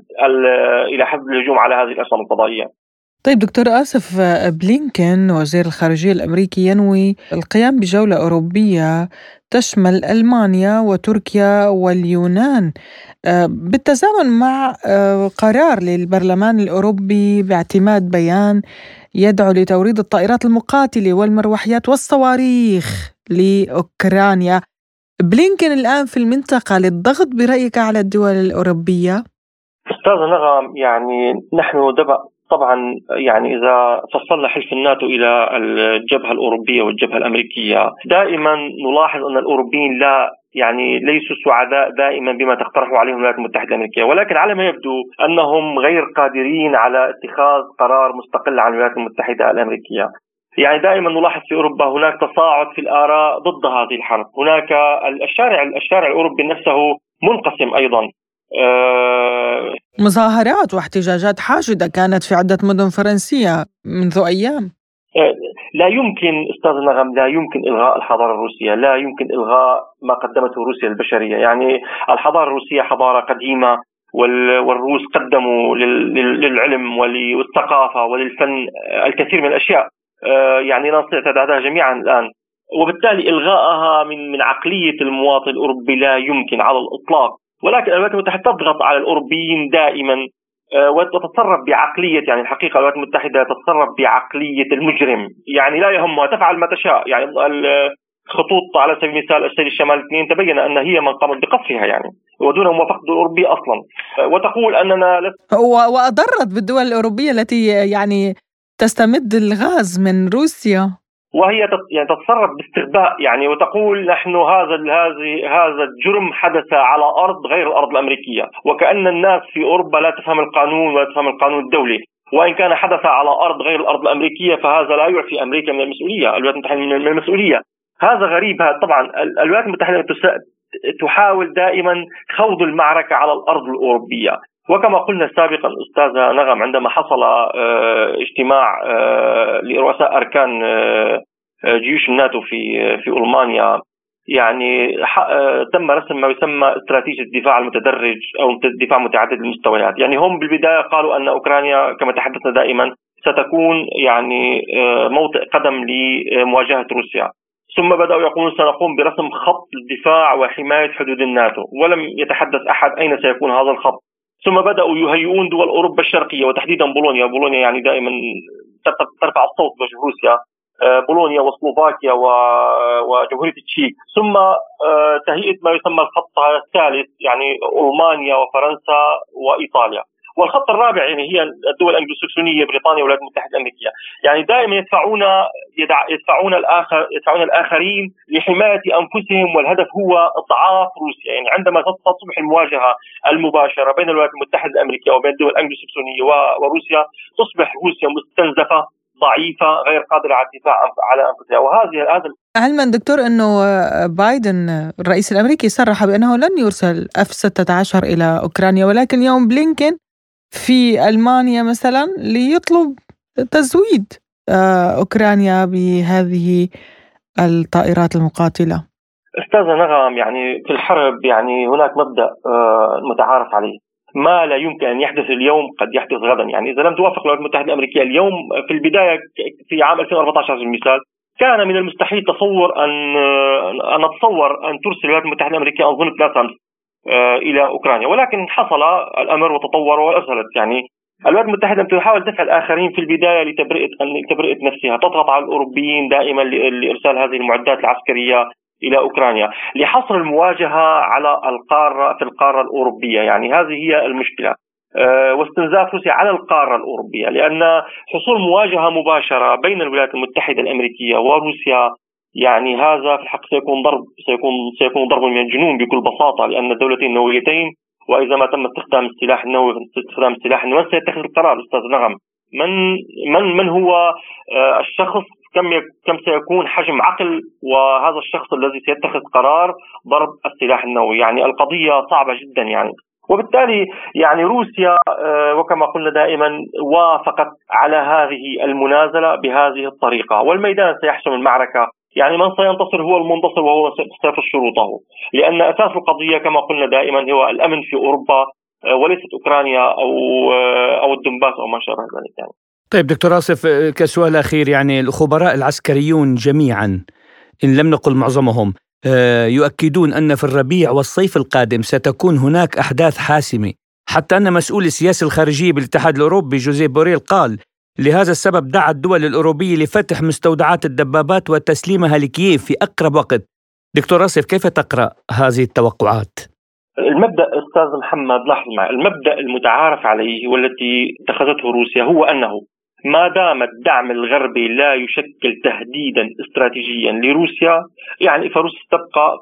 إلى حد الهجوم على هذه الأجسام الفضائية. طيب دكتور آصف، بلينكين وزير الخارجية الأمريكي ينوي القيام بجولة أوروبية تشمل ألمانيا وتركيا واليونان بالتزامن مع قرار للبرلمان الأوروبي باعتماد بيان يدعو لتوريد الطائرات المقاتلة والمروحيات والصواريخ لأوكرانيا. بلينكين الآن في المنطقة للضغط برأيك على الدول الأوروبية؟ أستاذ نغم، يعني نحن دبا طبعا يعني إذا فصلنا حلف الناتو إلى الجبهة الأوروبية والجبهة الأمريكية، دائما نلاحظ أن الأوروبيين لا يعني ليسوا سعداء دائما بما تقترحه عليهم الولايات المتحدة الأمريكية، ولكن على ما يبدو أنهم غير قادرين على اتخاذ قرار مستقل عن الولايات المتحدة الأمريكية. يعني دائما نلاحظ في أوروبا هناك تصاعد في الآراء ضد هذه الحرب، هناك الشارع الشارع الأوروبي نفسه منقسم أيضا. أه مظاهرات واحتجاجات حاشدة كانت في عدة مدن فرنسية منذ أيام. أه لا يمكن أستاذ نغم لا يمكن إلغاء الحضارة الروسية، لا يمكن إلغاء ما قدمته روسيا للبشرية. يعني الحضارة الروسية حضارة قديمة، والروس قدموا للعلم والثقافة وللفن الكثير من الأشياء يعني لا نستطيع تعدادها جميعا الآن، وبالتالي إلغائها من من عقلية المواطن الأوروبي لا يمكن على الإطلاق. ولكن الولايات المتحدة تضغط على الأوروبيين دائما وتتصرف بعقلية، يعني الحقيقة الولايات المتحدة تتصرف بعقلية المجرم، يعني لا يهمها تفعل ما تشاء. يعني الخطوط على سبيل المثال السيل الشمال اثنين تبين أن هي من قامت بقصفها يعني ودون موافقة الأوروبية أصلا، وتقول أننا لست وأضرت بالدول الأوروبية التي يعني تستمد الغاز من روسيا، وهي يعني تتصرف باستغباء يعني، وتقول نحن هذا هذا هذا الجرم حدث على أرض غير الأرض الأمريكية، وكأن الناس في أوروبا لا تفهم القانون ولا تفهم القانون الدولي، وإن كان حدث على أرض غير الأرض الأمريكية فهذا لا يعفي أمريكا من المسؤولية، الولايات المتحدة من المسؤولية. هذا غريب. طبعا الولايات المتحدة تحاول دائما خوض المعركة على الأرض الأوروبية، وكما قلنا سابقا أستاذة نغم عندما حصل اجتماع لرؤساء أركان جيوش الناتو في في ألمانيا، يعني تم رسم ما يسمى استراتيجية الدفاع المتدرج أو الدفاع متعدد المستويات. يعني هم بالبداية قالوا أن أوكرانيا كما تحدثنا دائما ستكون يعني موطئ قدم لمواجهة روسيا، ثم بدأوا يقولون سنقوم برسم خط الدفاع وحماية حدود الناتو، ولم يتحدث أحد أين سيكون هذا الخط. ثم بدأوا يهيئون دول أوروبا الشرقية وتحديدا بولونيا، بولونيا يعني دائما ترفع الصوت بوجه روسيا، بولونيا وسلوفاكيا وجمهورية التشيك، ثم تهيئة ما يسمى الخط الثالث يعني ألمانيا وفرنسا وإيطاليا، والخط الرابع يعني هي الدول الأنجلوساكسونية بريطانيا والولايات المتحدة الأمريكية. يعني دائما يدفعون يدفعون الآخر يدفعون الآخرين لحماية أنفسهم، والهدف هو إضعاف روسيا. يعني عندما تصبح المواجهة المباشرة بين الولايات المتحدة الأمريكية وبين الدول الأنجلوساكسونية وروسيا تصبح روسيا مستنزفة ضعيفة غير قادرة على الدفاع على أنفسها. وهذه هذا علما دكتور أنه بايدن الرئيس الأمريكي صرح بأنه لن يرسل إف ستة عشر إلى أوكرانيا، ولكن يوم بلينكن في ألمانيا مثلا ليطلب تزويد أوكرانيا بهذه الطائرات المقاتلة. أستاذة نغم، يعني في الحرب يعني هناك مبدأ متعارف عليه، ما لا يمكن أن يحدث اليوم قد يحدث غدا. يعني إذا لم توافق الولايات المتحدة الأمريكية اليوم في البداية في عام ألفين وأربعة عشر على سبيل المثال كان من المستحيل تصور أن أن نتصور أن ترسل الولايات المتحدة الأمريكية أنظمة ناسامس إلى أوكرانيا، ولكن حصل الأمر وتطور وأسهلت. يعني الولايات المتحدة تحاول دفع الآخرين في البداية لتبرئة لتبرئة نفسها، تضغط على الأوروبيين دائما لإرسال هذه المعدات العسكرية إلى أوكرانيا لحصر المواجهة على القارة في القارة الأوروبية. يعني هذه هي المشكلة، واستنزاف روسيا على القارة الأوروبية، لأن حصول مواجهة مباشرة بين الولايات المتحدة الأمريكية وروسيا يعني هذا في الحقيقة سيكون ضرب سيكون سيكون ضرب من الجنون بكل بساطة، لأن الدولتين نوويتين، وإذا ما تم استخدام السلاح النووي استخدام السلاح النووي من سيتخذ القرار أستاذ نغم؟ من من من هو الشخص؟ كم كم سيكون حجم عقل وهذا الشخص الذي سيتخذ قرار ضرب السلاح النووي؟ يعني القضية صعبة جدا يعني. وبالتالي يعني روسيا وكما قلنا دائما وافقت على هذه المنازلة بهذه الطريقة، والميدان سيحسم المعركة. يعني من سينتصر هو المنتصر وهو سيفرض شروطه، لأن أساس القضية كما قلنا دائما هو الأمن في أوروبا وليست أوكرانيا أو أو الدنباس أو ما شابه ذلك يعني. طيب دكتور آصف، كسؤال أخير، يعني الخبراء العسكريون جميعا إن لم نقل معظمهم يؤكدون أن في الربيع والصيف القادم ستكون هناك أحداث حاسمة، حتى أن مسؤول السياسة الخارجية بالاتحاد الأوروبي جوزيف بوريل قال لهذا السبب دعا الدول الأوروبية لفتح مستودعات الدبابات وتسليمها لكييف في أقرب وقت. دكتور آصف، كيف تقرأ هذه التوقعات؟ المبدأ أستاذ محمد، لاحظ معي، المبدأ المتعارف عليه والتي اتخذته روسيا هو أنه ما دام الدعم الغربي لا يشكل تهديدا استراتيجيا لروسيا يعني فروسيا ستبقى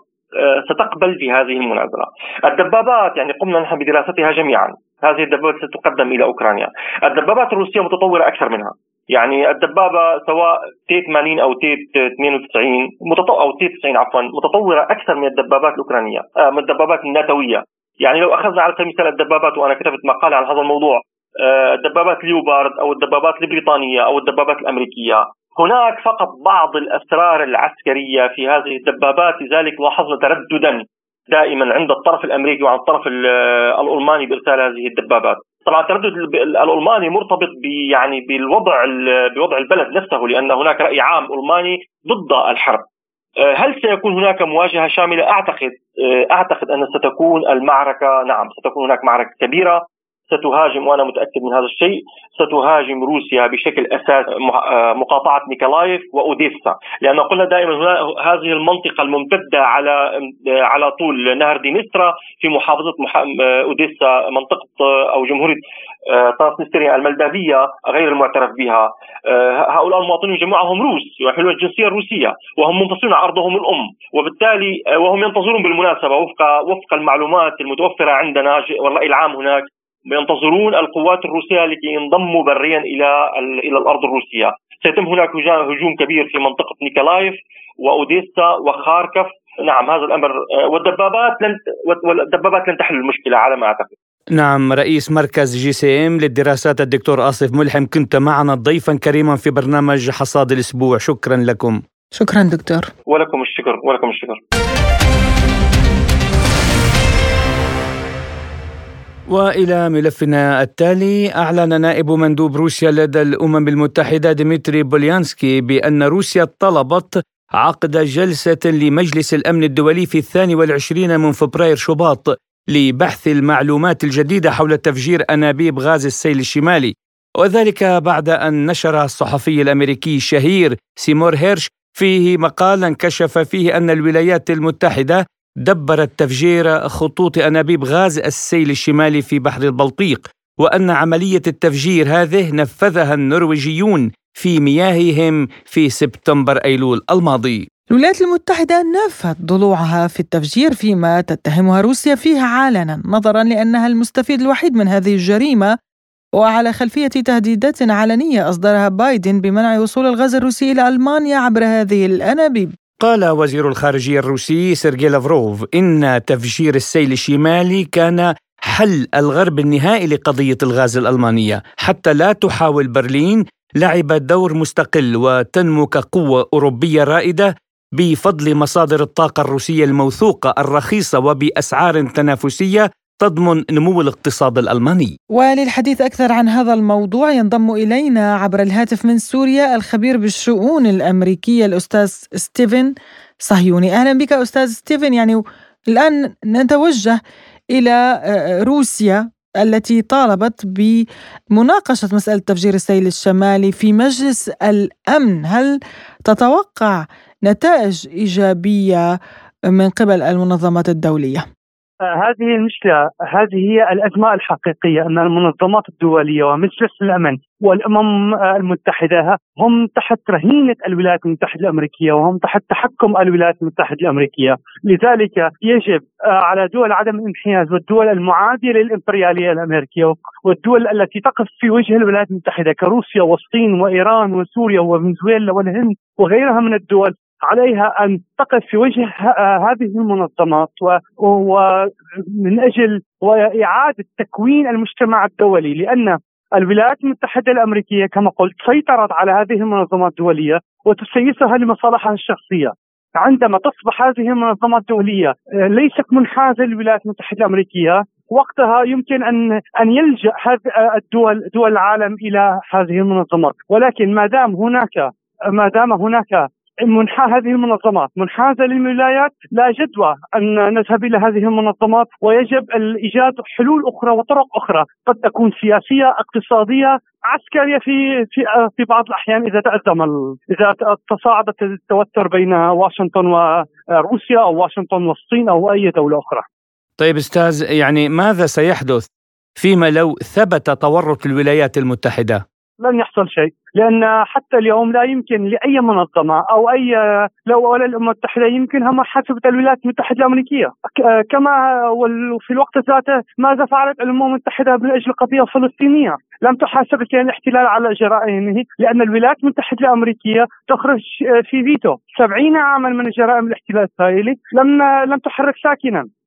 ستقبل في هذه المنازلة. الدبابات يعني قمنا نحن بدراستها جميعا، هذه الدبابات ستقدم إلى أوكرانيا. الدبابات الروسية متطورة أكثر منها، يعني الدبابة سواء تي ثمانين أو تي اثنين وتسعين أو تي تسعين عفوا متطورة أكثر من الدبابات الأوكرانية آه من الدبابات الناتوية. يعني لو أخذنا على سبيل المثال الدبابات، وأنا كتبت مقالة عن هذا الموضوع، آه الدبابات ليوبارد أو الدبابات البريطانية أو الدبابات الأمريكية، هناك فقط بعض الأسرار العسكرية في هذه الدبابات، لذلك لاحظنا ترددا دائما عند الطرف الأمريكي وعند الطرف الألماني بإرسال هذه الدبابات. طبعا التردد الألماني مرتبط يعني بالوضع بوضع البلد نفسه، لأن هناك رأي عام ألماني ضد الحرب. هل سيكون هناك مواجهة شاملة؟ أعتقد أعتقد أن ستكون المعركة، نعم ستكون هناك معركة كبيرة ستهاجم، وأنا متأكد من هذا الشيء، ستهاجم روسيا بشكل أساس مقاطعة نيكولايف وأوديسا، لأن قلنا دائما هنا هذه المنطقة الممتدة على على طول نهر دينسترا في محافظة أوديسا، منطقة أو جمهورية ترانسنستريا الملدافية غير المعترف بها. هؤلاء المواطنين جميعهم روس ويحملون الجنسية الروسية وهم منفصلون عن أرضهم الأم، وبالتالي وهم ينتظرون بالمناسبة وفق وفق المعلومات المتوفرة عندنا والرأي العام هناك، ينتظرون القوات الروسية لكي ينضموا بريا إلى إلى الأرض الروسية. سيتم هناك هجوم كبير في منطقة نيكولايف وأوديسا وخاركف. نعم هذا الأمر، والدبابات لن والدبابات لن تحل المشكلة على ما أعتقد. نعم، رئيس مركز جي سي إم للدراسات الدكتور آصف ملحم، كنت معنا ضيفا كريما في برنامج حصاد الأسبوع. شكرا لكم. شكرا دكتور. ولكم الشكر ولكم الشكر. وإلى ملفنا التالي، أعلن نائب مندوب روسيا لدى الأمم المتحدة ديمتري بوليانسكي بأن روسيا طلبت عقد جلسة لمجلس الأمن الدولي في الثاني والعشرين من فبراير شباط لبحث المعلومات الجديدة حول تفجير أنابيب غاز السيل الشمالي، وذلك بعد أن نشر الصحفي الأمريكي الشهير سيمور هيرش فيه مقالا كشف فيه أن الولايات المتحدة دبرت تفجير خطوط أنابيب غاز السيل الشمالي في بحر البلطيق، وأن عملية التفجير هذه نفذها النرويجيون في مياههم في سبتمبر أيلول الماضي. الولايات المتحدة نفت ضلوعها في التفجير فيما تتهمها روسيا فيها علنا، نظرا لأنها المستفيد الوحيد من هذه الجريمة، وعلى خلفية تهديدات علنية أصدرها بايدن بمنع وصول الغاز الروسي إلى ألمانيا عبر هذه الأنابيب. قال وزير الخارجية الروسي سيرجي لافروف إن تفجير السيل الشمالي كان حل الغرب النهائي لقضية الغاز الألمانية، حتى لا تحاول برلين لعب دور مستقل وتنمو كقوة أوروبية رائدة بفضل مصادر الطاقة الروسية الموثوقة الرخيصة وبأسعار تنافسية تضمن نمو الاقتصاد الألماني. وللحديث أكثر عن هذا الموضوع ينضم إلينا عبر الهاتف من سوريا الخبير بالشؤون الأمريكية الأستاذ ستيفن صهيوني. أهلا بك أستاذ ستيفن. يعني الآن نتوجه إلى روسيا التي طالبت بمناقشة مسألة تفجير السيل الشمالي في مجلس الأمن. هل تتوقع نتائج إيجابية من قبل المنظمات الدولية؟ هذه المشكلة، هذه هي الأزمة الحقيقية، أن المنظمات الدولية ومجلس الأمن والأمم المتحدة هم تحت رهينة الولايات المتحدة الأمريكية وهم تحت تحكم الولايات المتحدة الأمريكية. لذلك يجب على دول عدم الانحياز والدول المعادية للإمبريالية الأمريكية والدول التي تقف في وجه الولايات المتحدة كروسيا والصين وإيران وسوريا وفنزويلا والهند وغيرها من الدول، عليها أن تقف في وجه هذه المنظمات ومن أجل وإعادة تكوين المجتمع الدولي، لأن الولايات المتحدة الأمريكية كما قلت سيطرت على هذه المنظمات الدولية وتسيسها لمصالحها الشخصية. عندما تصبح هذه المنظمات الدولية ليست منحازة للولايات المتحدة الأمريكية، وقتها يمكن أن أن يلجأ الدول دول العالم إلى هذه المنظمات. ولكن ما دام هناك ما دام هناك منحى هذه المنظمات منحازة للولايات، لا جدوى أن نذهب إلى هذه المنظمات، ويجب الإيجاد حلول أخرى وطرق أخرى قد تكون سياسية اقتصادية عسكرية في في في بعض الأحيان إذا تأزم إذا تصاعدت التوتر بين واشنطن وروسيا أو واشنطن والصين أو أي دولة أخرى. طيب أستاذ، يعني ماذا سيحدث فيما لو ثبت تورط الولايات المتحدة؟ لن يحصل شيء، لأن حتى اليوم لا يمكن لأي منظمة أو أي لو ولا الأمم المتحدة يمكنها محاسبة الولايات المتحدة الأمريكية، كما وفي الوقت ذاته ماذا فعلت الأمم المتحدة من أجل القضية الفلسطينية؟ لم تحاسب كيان الاحتلال على جرائمه، لأن الولايات المتحدة الأمريكية تخرج في فيتو سبعين عاما من جرائم الاحتلال الإسرائيلي لم لم تحرك ساكنا.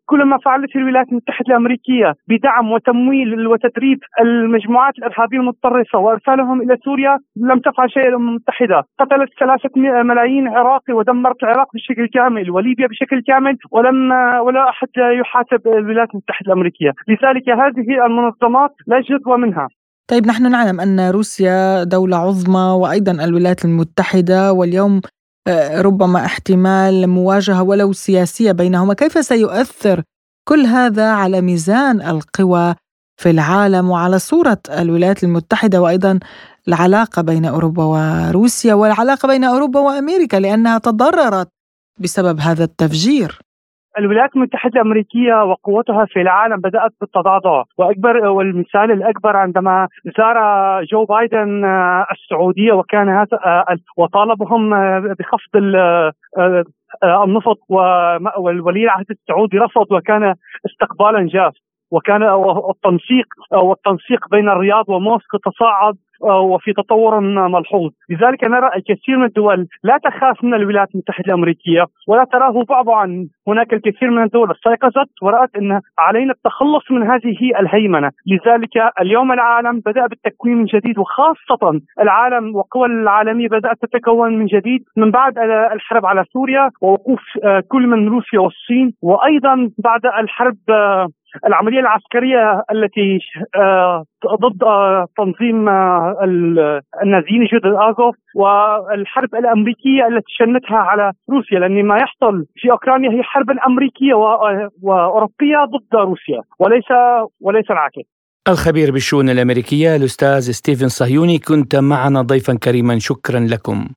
كل ما فعلته الولايات المتحدة الأمريكية بدعم وتمويل وتدريب المجموعات الإرهابية المتطرفة وإرسالهم إلى سوريا لم تفعل شيء الأمم المتحدة. قتلت ثلاثة ملايين عراقي ودمرت العراق بشكل كامل وليبيا بشكل كامل، ولم ولا أحد يحاسب الولايات المتحدة الأمريكية. لذلك هذه المنظمات لا جدوى منها. طيب، نحن نعلم أن روسيا دولة عظمى وأيضا الولايات المتحدة، واليوم ربما احتمال مواجهة ولو سياسية بينهما. كيف سيؤثر كل هذا على ميزان القوى في العالم وعلى صورة الولايات المتحدة وأيضا العلاقة بين أوروبا وروسيا والعلاقة بين أوروبا وأمريكا، لأنها تضررت بسبب هذا التفجير؟ الولايات المتحدة الأمريكية وقوتها في العالم بدأت بالتضاضع، وأكبر والمثال الأكبر عندما زار جو بايدن السعودية وكان هذا وطالبهم بخفض النفط، والولي العهد السعودي رفض وكان استقبالا جاف، وكان التنسيق والتنسيق بين الرياض وموسكو تصاعد وفي تطور ملحوظ. لذلك نرى الكثير من الدول لا تخاف من الولايات المتحدة الأمريكية ولا تراه بعبعا. هناك الكثير من الدول استيقظت ورأت أن علينا التخلص من هذه الهيمنة. لذلك اليوم العالم بدأ بالتكوين من جديد، وخاصة العالم والقوى العالمية بدأت تتكون من جديد من بعد الحرب على سوريا ووقوف كل من روسيا والصين، وأيضا بعد الحرب العملية العسكرية التي ضد تنظيم النازيين جود الآزوف، والحرب الأمريكية التي شنتها على روسيا، لأن ما يحصل في أوكرانيا هي حرب أمريكية وأوروبية ضد روسيا وليس وليس العكس. الخبير بالشؤون الأمريكية الأستاذ ستيفن صهيوني، كنت معنا ضيفا كريما، شكرا لكم.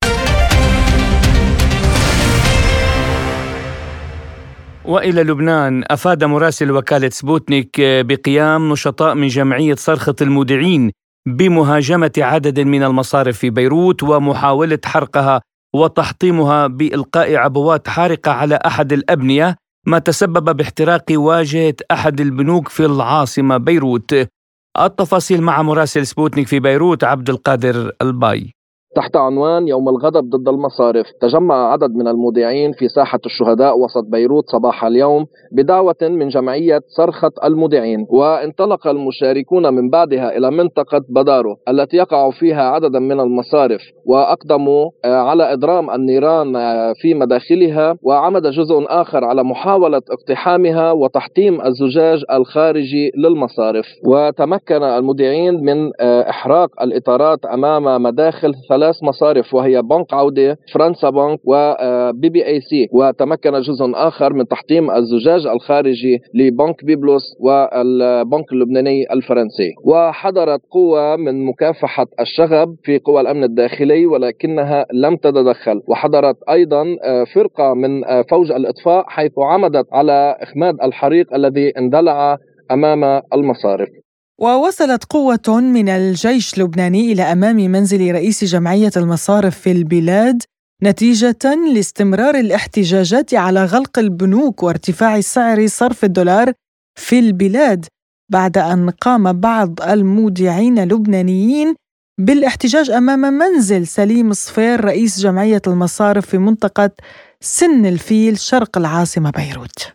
وإلى لبنان، أفاد مراسل وكالة سبوتنيك بقيام نشطاء من جمعية صرخة المودعين بمهاجمة عدد من المصارف في بيروت ومحاولة حرقها وتحطيمها بإلقاء عبوات حارقة على أحد الأبنية، ما تسبب باحتراق واجهة أحد البنوك في العاصمة بيروت. التفاصيل مع مراسل سبوتنيك في بيروت عبد القادر الباي. تحت عنوان يوم الغضب ضد المصارف، تجمع عدد من المودعين في ساحة الشهداء وسط بيروت صباح اليوم بدعوة من جمعية صرخة المودعين، وانطلق المشاركون من بعدها إلى منطقة بدارو التي يقع فيها عدد من المصارف، وأقدموا على إضرام النيران في مداخلها، وعمد جزء آخر على محاولة اقتحامها وتحطيم الزجاج الخارجي للمصارف. وتمكن المودعين من إحراق الإطارات أمام مداخل ثلاث مصارف وهي بنك عودة، فرنسا بنك، وبي بي اي سي، وتمكن جزء آخر من تحطيم الزجاج الخارجي لبنك بيبلوس والبنك اللبناني الفرنسي. وحضرت قوة من مكافحة الشغب في قوى الأمن الداخلي ولكنها لم تتدخل، وحضرت أيضا فرقة من فوج الإطفاء حيث عمدت على إخماد الحريق الذي اندلع أمام المصارف. ووصلت قوة من الجيش اللبناني إلى أمام منزل رئيس جمعية المصارف في البلاد نتيجة لاستمرار الاحتجاجات على غلق البنوك وارتفاع سعر صرف الدولار في البلاد، بعد أن قام بعض المودعين اللبنانيين بالاحتجاج أمام منزل سليم صفير رئيس جمعية المصارف في منطقة سن الفيل شرق العاصمة بيروت.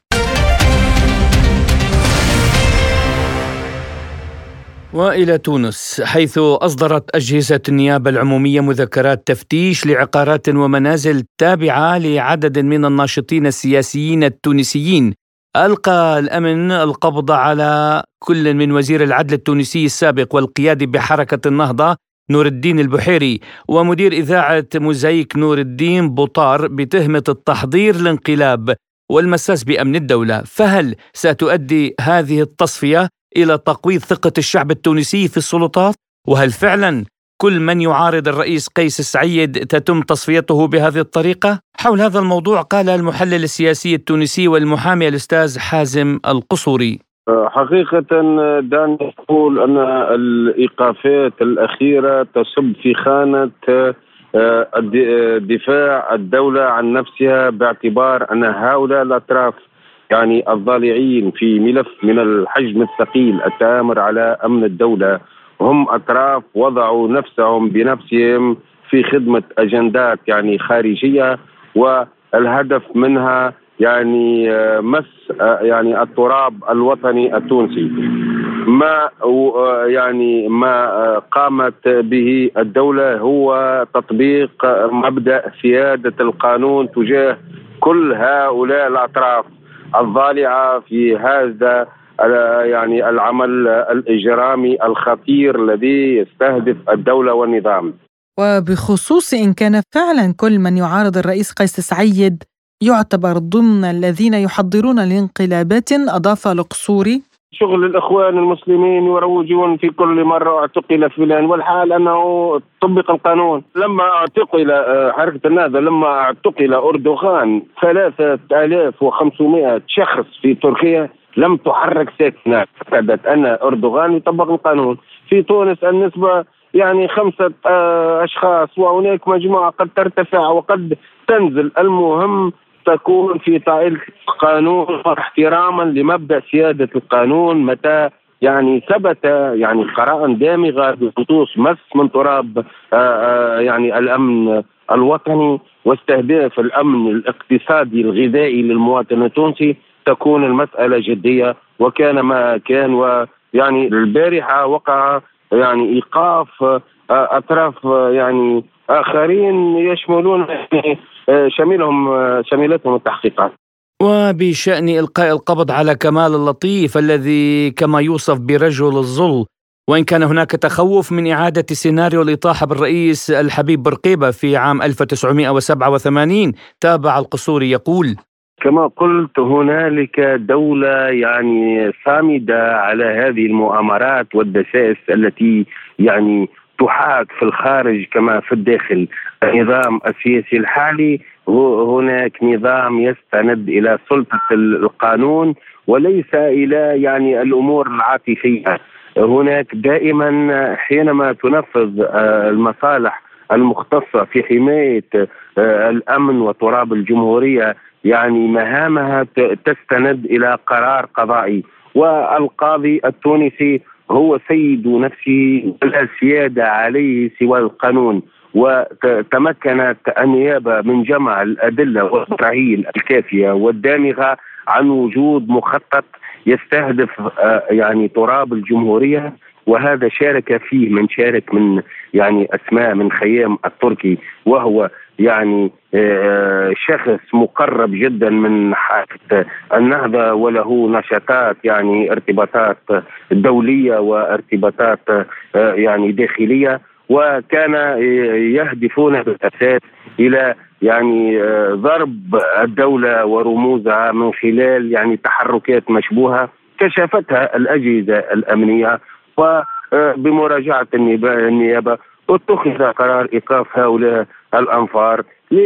وإلى تونس، حيث أصدرت أجهزة النيابة العمومية مذكرات تفتيش لعقارات ومنازل تابعة لعدد من الناشطين السياسيين التونسيين. ألقى الأمن القبض على كل من وزير العدل التونسي السابق والقيادي بحركة النهضة نور الدين البحيري ومدير إذاعة موزايك نور الدين بوطار بتهمة التحضير للانقلاب والمساس بأمن الدولة. فهل ستؤدي هذه التصفية إلى تقويض ثقة الشعب التونسي في السلطات؟ وهل فعلا كل من يعارض الرئيس قيس سعيد تتم تصفيته بهذه الطريقة؟ حول هذا الموضوع قال المحلل السياسي التونسي والمحامي الأستاذ حازم القصوري. حقيقة دعني أقول أن الإيقافات الأخيرة تصب في خانة دفاع الدولة عن نفسها، باعتبار أن هؤلاء الأطراف يعني الضالعين في ملف من الحجم الثقيل التآمر على أمن الدولة هم أطراف وضعوا نفسهم بنفسهم في خدمة أجندات يعني خارجية، والهدف منها يعني مس يعني التراب الوطني التونسي. ما يعني ما قامت به الدولة هو تطبيق مبدأ سيادة القانون تجاه كل هؤلاء الأطراف الضالعة في هذا يعني العمل الإجرامي الخطير الذي يستهدف الدولة والنظام. وبخصوص إن كان فعلا كل من يعارض الرئيس قيس سعيد يعتبر ضمن الذين يحضرون لانقلابات، أضاف القصوري: شغل الإخوان المسلمين يروجون في كل مرة اعتقل فلان، والحال أنه طبق القانون. لما اعتقل حركة النهضة، لما اعتقل أردوغان ثلاثة آلاف وخمسمائة شخص في تركيا لم تحرك ساكنة، اعتقدت أن أردوغان يطبق القانون. في تونس النسبة يعني خمسة أشخاص، وهناك مجموعة قد ترتفع وقد تنزل، المهم تكون في طائلة القانون احتراما لمبدأ سيادة القانون. متى يعني ثبت يعني قراءة دامغة بخصوص مس من تراب يعني الأمن الوطني واستهداف الأمن الاقتصادي الغذائي للمواطن التونسي، تكون المسألة جدية. وكان ما كان، ويعني البارحة وقع يعني إيقاف أطراف يعني آخرين يشملون شميلهم شميلتهم التحقيقات. وبشأن إلقاء القبض على كمال اللطيف الذي كما يوصف برجل الظل، وإن كان هناك تخوف من إعادة سيناريو الإطاحة بالرئيس الحبيب بورقيبة في عام ألف وتسعمائة وسبعة وثمانين، تابع القصوري يقول: كما قلت هنالك دولة يعني صامدة على هذه المؤامرات والدسائس التي يعني تحاك في الخارج كما في الداخل. النظام السياسي الحالي هناك نظام يستند إلى سلطة القانون وليس إلى يعني الأمور العاطفية. هناك دائما حينما تنفذ المصالح المختصة في حماية الأمن وتراب الجمهورية يعني مهامها تستند إلى قرار قضائي، والقاضي التونسي هو سيد نفسه ولا سيادة عليه سوى القانون. وتمكنت النيابة من جمع الأدلة والبراهين الكافية والدامغة عن وجود مخطط يستهدف يعني تراب الجمهورية، وهذا شارك فيه من شارك من يعني أسماء من خيام التركي، وهو يعني شخص مقرب جدا من حركة النهضة وله نشاطات يعني ارتباطات دولية وارتباطات يعني داخلية، وكان يهدفون بالأساس إلى يعني ضرب الدولة ورموزها من خلال يعني تحركات مشبوهة كشفتها الأجهزة الأمنية. وبمراجعة النيابة اتخذ قرار إيقاف هؤلاء الأنفار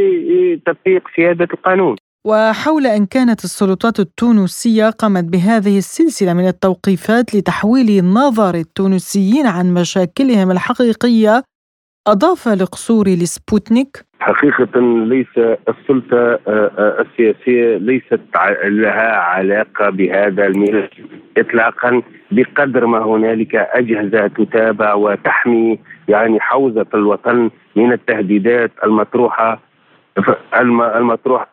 لتطبيق سيادة القانون. وحول أن كانت السلطات التونسية قامت بهذه السلسلة من التوقيفات لتحويل نظر التونسيين عن مشاكلهم الحقيقية، أضاف القصوري لسبوتنيك: حقيقة ليس السلطة السياسية ليست لها علاقة بهذا الملف إطلاقا، بقدر ما هنالك أجهزة تتابع وتحمي يعني حوزة الوطن من التهديدات المطروحة المطروحة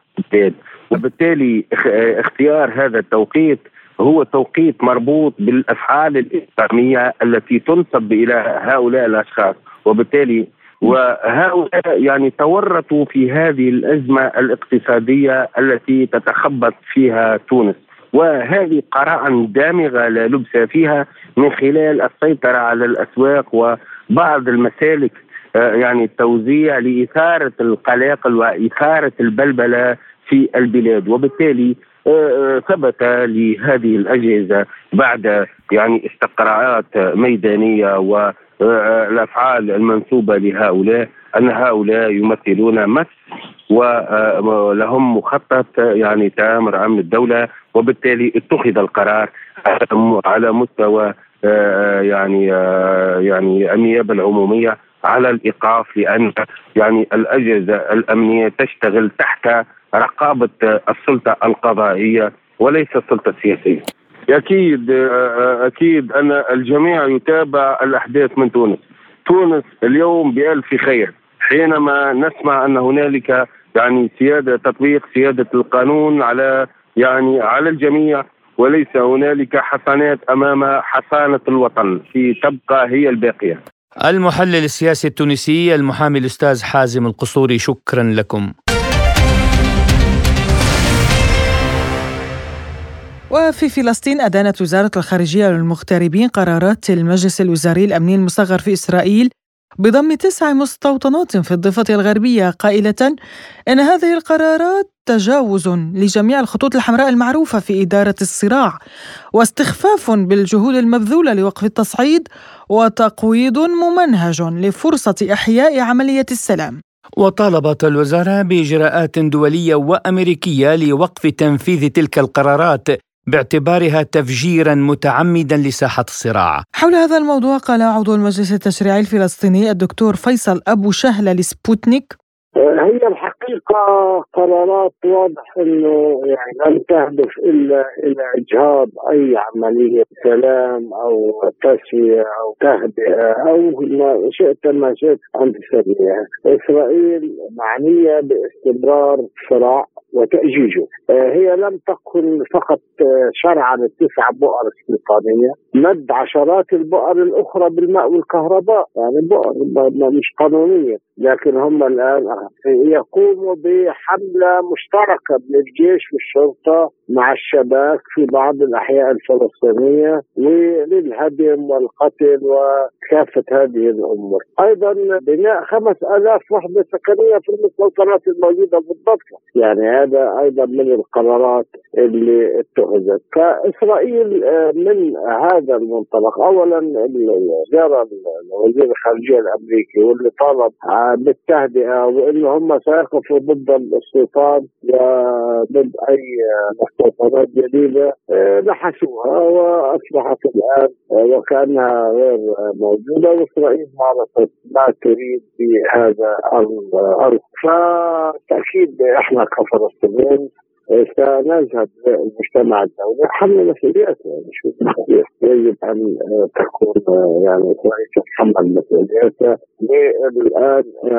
وبالتالي اختيار هذا التوقيت هو توقيت مربوط بالأفعال الإجرامية التي تنسب إلى هؤلاء الأشخاص، وبالتالي وهؤلاء يعني تورطوا في هذه الأزمة الاقتصادية التي تتخبط فيها تونس، وهذه قراءة دامغة لا لبس فيها من خلال السيطرة على الأسواق وبعض المسالك يعني التوزيع لإثارة القلاقل وإثارة البلبلة في البلاد. وبالتالي ثبت لهذه الأجهزة بعد يعني استقراءات ميدانية والأفعال المنسوبة لهؤلاء أن هؤلاء يمثلون مس ولهم مخطط يعني تآمر أمن الدولة، وبالتالي اتخذ القرار على مستوى يعني يعني النيابة العمومية على الإيقاف، لأن يعني الأجهزة الأمنية تشتغل تحت رقابة السلطة القضائية وليس السلطة السياسية. أكيد أكيد أن الجميع يتابع الأحداث من تونس. تونس اليوم بألف خير حينما نسمع أن هنالك يعني سيادة تطبيق سيادة القانون على يعني على الجميع، وليس هنالك حصانات أمام حصانة الوطن في تبقى هي الباقية. المحلل السياسي التونسي المحامي الأستاذ حازم القصوري، شكرا لكم. وفي فلسطين أدانت وزارة الخارجية للمغتربين قرارات المجلس الوزاري الأمني المصغر في إسرائيل بضم تسع مستوطنات في الضفة الغربية، قائلة إن هذه القرارات تجاوز لجميع الخطوط الحمراء المعروفة في إدارة الصراع، واستخفاف بالجهود المبذولة لوقف التصعيد، وتقويض ممنهج لفرصة إحياء عملية السلام. وطالبت الوزارة بإجراءات دولية وأمريكية لوقف تنفيذ تلك القرارات باعتبارها تفجيرا متعمدا لساحة الصراع. حول هذا الموضوع قال عضو المجلس التشريعي الفلسطيني الدكتور فيصل أبو شهلة لسبوتنيك: هي الحقيقة قرارات واضح أنه يعني لم تهدف إلا إلى إجهاض أي عملية سلام أو تسوية أو تهدئة أو ما شئت ما شئت أن تسميها. إسرائيل معنية باستمرار الصراع وتأجيجه. هي لم تكن فقط شرعا التسع بؤر استيطانية، مد عشرات البؤر الأخرى بالماء والكهرباء، يعني بؤر مش قانونية، لكن هم الآن يقوموا بحملة مشتركة من الجيش والشرطة مع الشباب في بعض الأحياء الفلسطينية وللهدم والقتل وكافة هذه الأمور. أيضا بناء خمس آلاف وحدة سكنية في المستوطنات الموجودة في الضفة، يعني هذا أيضا من القرارات اللي اتخذت. فإسرائيل من هذا المنطلق أولا جرى وزير الخارجية الأمريكي واللي طالب بالتهدئة وإن هم سيقفوا ضد الاستيطان وضد أي مستوطنات جديدة، نحسوها وأصبحت الآن وكأنها غير موجودة، وإسرائيل مارست ما تريد في هذا الأرض. فتأكيد إحنا كفلسطينيين سنذهب للمجتمع الدولي حمل مسؤولياته، يعني شو يجب أن تكون يعني إسرائيل تتحمل مسؤولياتها. الآن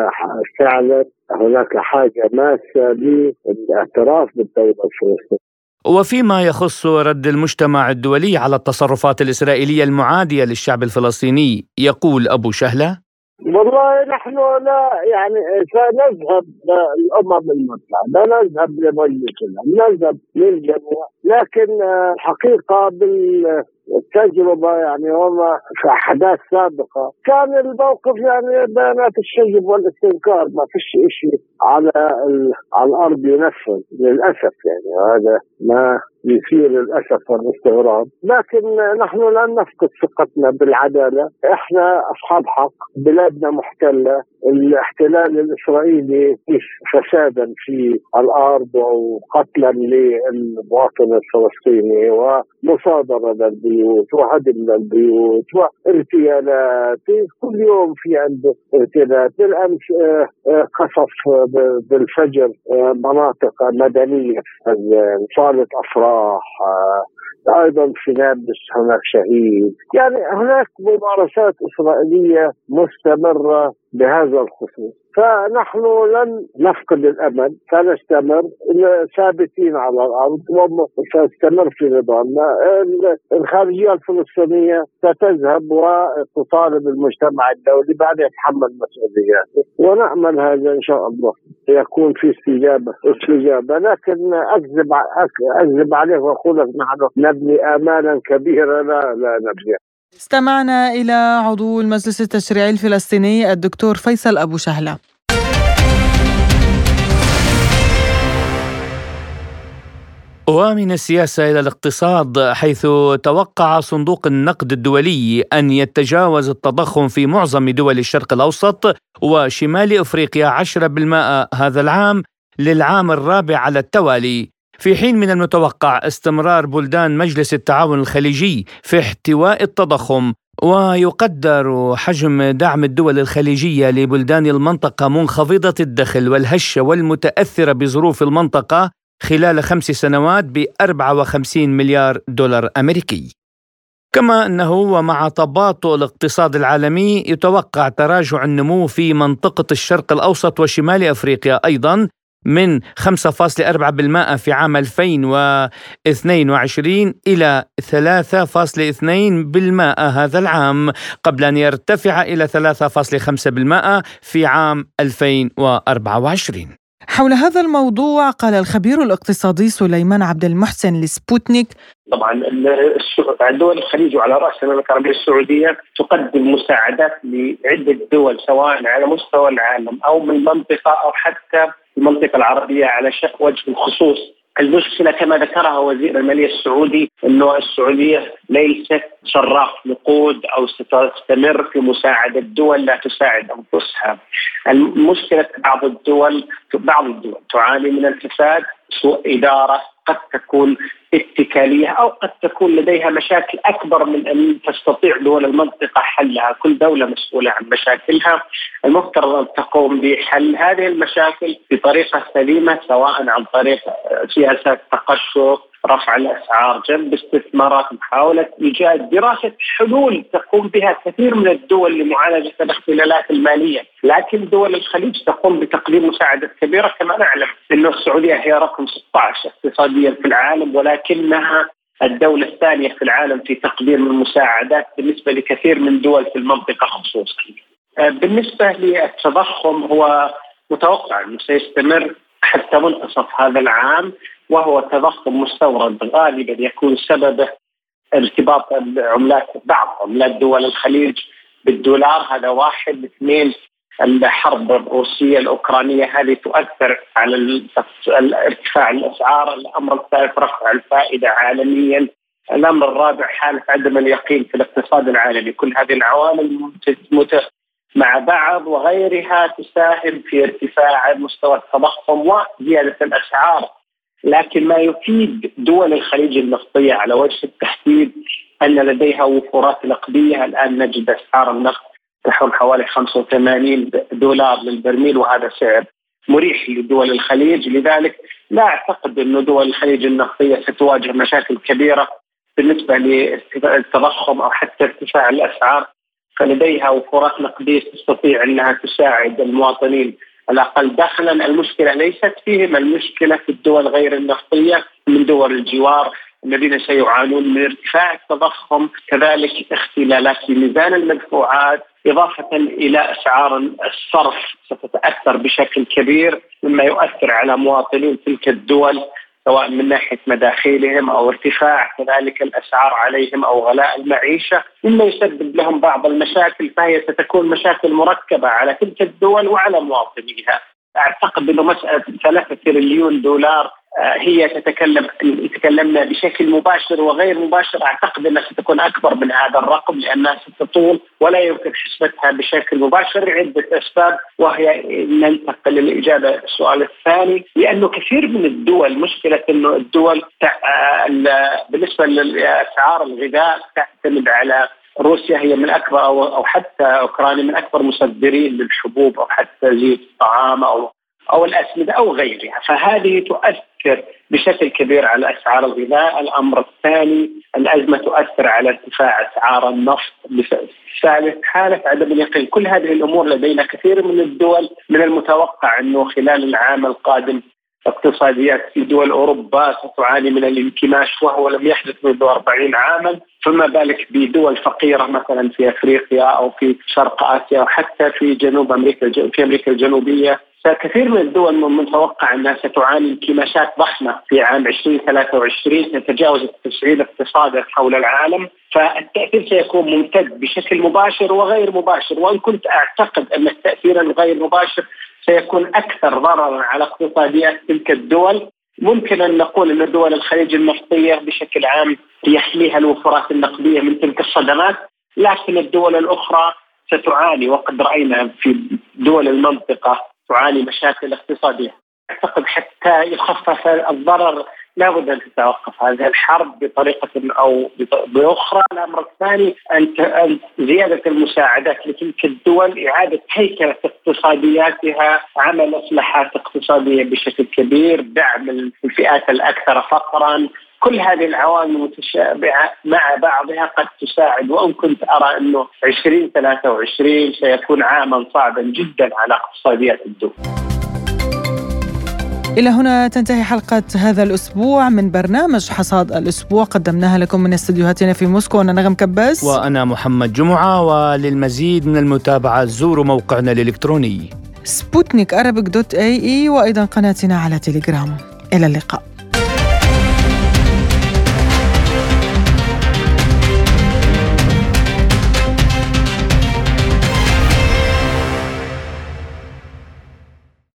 فعلا هناك حاجة ماسة للاعتراف بالدولة الفلسطينية. وفيما يخص رد المجتمع الدولي على التصرفات الإسرائيلية المعادية للشعب الفلسطيني، يقول أبو شهلة: والله نحن لا يعني سنذهب للأمم المتحدة، لا نذهب لمجلس الأمن، نذهب للجميع، لكن الحقيقة بالتجربة يعني وما في أحداث سابقة كان الموقف يعني بيانات الشجب والاستنكار، ما فيش إشي على على الأرض ينفذ للأسف، يعني هذا ما يثير الأسف والاستغراب. لكن نحن لا نفقد ثقتنا بالعدالة، إحنا أصحاب حق، بلادنا محتلة، الاحتلال الإسرائيلي فسادا في الأرض وقتلا للمواطن الفلسطيني ومصادرة للبيوت وهدم للبيوت واغتيالات، كل يوم في عنده اغتيالات. بالأمس قصف بالفجر مناطق مدنية، صالة أفراح، أيضا في نابلس هناك شهيد، يعني هناك ممارسات إسرائيلية مستمرة بهذا الخصوص. فنحن لن نفقد الأمل، سنستمر ثابتين على الأرض وسنستمر في نضالنا. الخارجية الفلسطينية ستذهب وتطالب المجتمع الدولي بعد يتحمل مسؤولياته، ونأمل هذا إن شاء الله يكون في استجابة استجابة لكن أكذب أكذب عليه وأقول لك نحن نبني آمالا كبيرة لا لا نبني. استمعنا إلى عضو المجلس التشريعي الفلسطيني الدكتور فيصل أبو شهلة. ومن السياسة إلى الاقتصاد، حيث توقع صندوق النقد الدولي أن يتجاوز التضخم في معظم دول الشرق الأوسط وشمال أفريقيا عشرة بالمئة هذا العام للعام الرابع على التوالي، في حين من المتوقع استمرار بلدان مجلس التعاون الخليجي في احتواء التضخم. ويقدر حجم دعم الدول الخليجية لبلدان المنطقة منخفضة الدخل والهشة والمتأثرة بظروف المنطقة خلال خمس سنوات بأربعة وخمسين مليار دولار أمريكي. كما أنه ومع تباطؤ الاقتصاد العالمي يتوقع تراجع النمو في منطقة الشرق الأوسط وشمال أفريقيا أيضا من خمسة فاصلة أربعة بالمئة في عام ألفين واثنين وعشرين إلى ثلاثة فاصلة اثنين بالمئة هذا العام، قبل أن يرتفع إلى ثلاثة فاصلة خمسة بالمئة في عام ألفين وأربعة وعشرين. حول هذا الموضوع قال الخبير الاقتصادي سليمان عبد المحسن لسبوتنيك: طبعا دول الخليج وعلى رأس المملكة العربية السعودية تقدم مساعدات لعدة دول سواء على مستوى العالم أو من المنطقة أو حتى المنطقة العربية على وجه الخصوص. المشكلة كما ذكرها وزير المالية السعودي أنه السعودية ليست صراف نقود أو ستستمر في مساعدة الدول لا تساعد أنفسها. المشكلة بعض الدول بعض الدول تعاني من الفساد، سوء إدارة، قد تكون اتكالية أو قد تكون لديها مشاكل أكبر من أن تستطيع دول المنطقة حلها. كل دولة مسؤولة عن مشاكلها، المفترض أن تقوم بحل هذه المشاكل بطريقة سليمة، سواء عن طريق سياسات تقشف، رفع الأسعار، جلب استثمارات، محاولة إيجاد دراسة حلول تقوم بها كثير من الدول لمعالجة الاختلالات المالية. لكن دول الخليج تقوم بتقديم مساعدات كبيرة. كما نعلم أن السعودية هي رقم ستة عشر اقتصاديا في العالم، ولكنها الدولة الثانية في العالم في تقديم المساعدات بالنسبة لكثير من دول في المنطقة خصوصا. بالنسبة للتضخم هو متوقع أنه سيستمر حتى منتصف هذا العام، وهو تضخم مستورد غالبا يكون سببه ارتباط العملات، بعض عملات دول الخليج بالدولار. هذا واحد. اثنين، الحرب الروسية الأوكرانية هذه تؤثر على ارتفاع الأسعار. الأمر الثالث رفع الفائدة عالميا. الأمر الرابع حالة عدم اليقين في الاقتصاد العالمي. كل هذه العوامل مع بعض وغيرها تساهم في ارتفاع مستوى التضخم وزيادة الأسعار. لكن ما يفيد دول الخليج النفطية على وجه التحديد أن لديها وفرات نقدية. الآن نجد أسعار النفط تحول حوالي خمسة وثمانين دولار للبرميل، وهذا سعر مريح لدول الخليج. لذلك لا أعتقد أن دول الخليج النفطية ستواجه مشاكل كبيرة بالنسبة للتضخم أو حتى ارتفاع الأسعار، فلديها وفرات نقدية تستطيع أنها تساعد المواطنين الأقل دخلا. المشكلة ليست فيهم، المشكلة في الدول غير النفطية من دول الجوار الذين سيعانون من ارتفاع التضخم، كذلك اختلالات في ميزان المدفوعات، إضافة إلى أسعار الصرف ستتأثر بشكل كبير، مما يؤثر على مواطنين تلك الدول سواء من ناحية مداخيلهم أو ارتفاع كذلك الأسعار عليهم أو غلاء المعيشة، مما يسبب لهم بعض المشاكل. فهي ستكون مشاكل مركبة على تلك الدول وعلى مواطنيها. أعتقد أنه مسألة ثلاثة تريليون دولار هي تتكلم تكلمنا بشكل مباشر وغير مباشر. أعتقد أنها ستكون أكبر من هذا الرقم لأنها ستطول ولا يمكن حسبتها بشكل مباشر عدة أسباب، وهي ننتقل للإجابة السؤال الثاني. لأنه كثير من الدول مشكلة أنه الدول بالنسبة لأسعار الغذاء تعتمد على روسيا، هي من أكبر أو حتى أوكرانيا من أكبر مصدرين للحبوب أو حتى زيت الطعام أو أو الأسمدة أو غيرها، فهذه تؤثر بشكل كبير على أسعار الغذاء. الأمر الثاني، الأزمة تؤثر على ارتفاع أسعار النفط. الثالث، حالة عدم اليقين. كل هذه الأمور لدينا كثير من الدول من المتوقع أنه خلال العام القادم اقتصاديات في دول أوروبا ستعاني من الانكماش، وهو لم يحدث منذ أربعين عاما، فما بالك بدول فقيرة مثلا في أفريقيا أو في شرق آسيا أو حتى في جنوب أمريكا في أمريكا الجنوبية. كثير من الدول من المتوقع أنها ستعاني انكماشات ضخمة في عام عشرين ثلاثة وعشرين تتجاوز التسعين اقتصادا حول العالم، فالتأثير سيكون ممتد بشكل مباشر وغير مباشر. وإن كنت أعتقد أن التأثير الغير مباشر سيكون أكثر ضررا على اقتصاديات تلك الدول. ممكن أن نقول أن دول الخليج النفطية بشكل عام يحميها الوفرات النقدية من تلك الصدمات، لكن الدول الأخرى ستعاني، وقد رأينا في دول المنطقة تعاني مشاكل اقتصادية. أعتقد حتى يخفف الضرر لابد أن تتوقف هذه الحرب بطريقة أو بأخرى. الأمر الثاني أن زيادة المساعدات لتلك الدول، إعادة هيكلة اقتصادياتها، عمل إصلاحات اقتصادية بشكل كبير، دعم الفئات الأكثر فقرا. كل هذه العوامل متشابهة مع بعضها قد تساعد. وإن كنت أرى أنه عشرين ثلاثة وعشرين سيكون عاما صعبا جدا على اقتصاديات الدول. إلى هنا تنتهي حلقة هذا الأسبوع من برنامج حصاد الأسبوع، قدمناها لكم من استديوهاتنا في موسكو. أنا نغم كباس وأنا محمد جمعة. وللمزيد من المتابعة زوروا موقعنا الإلكتروني سبوتنيك أرابيك دوت إيه إي، وأيضا قناتنا على تيليجرام. إلى اللقاء.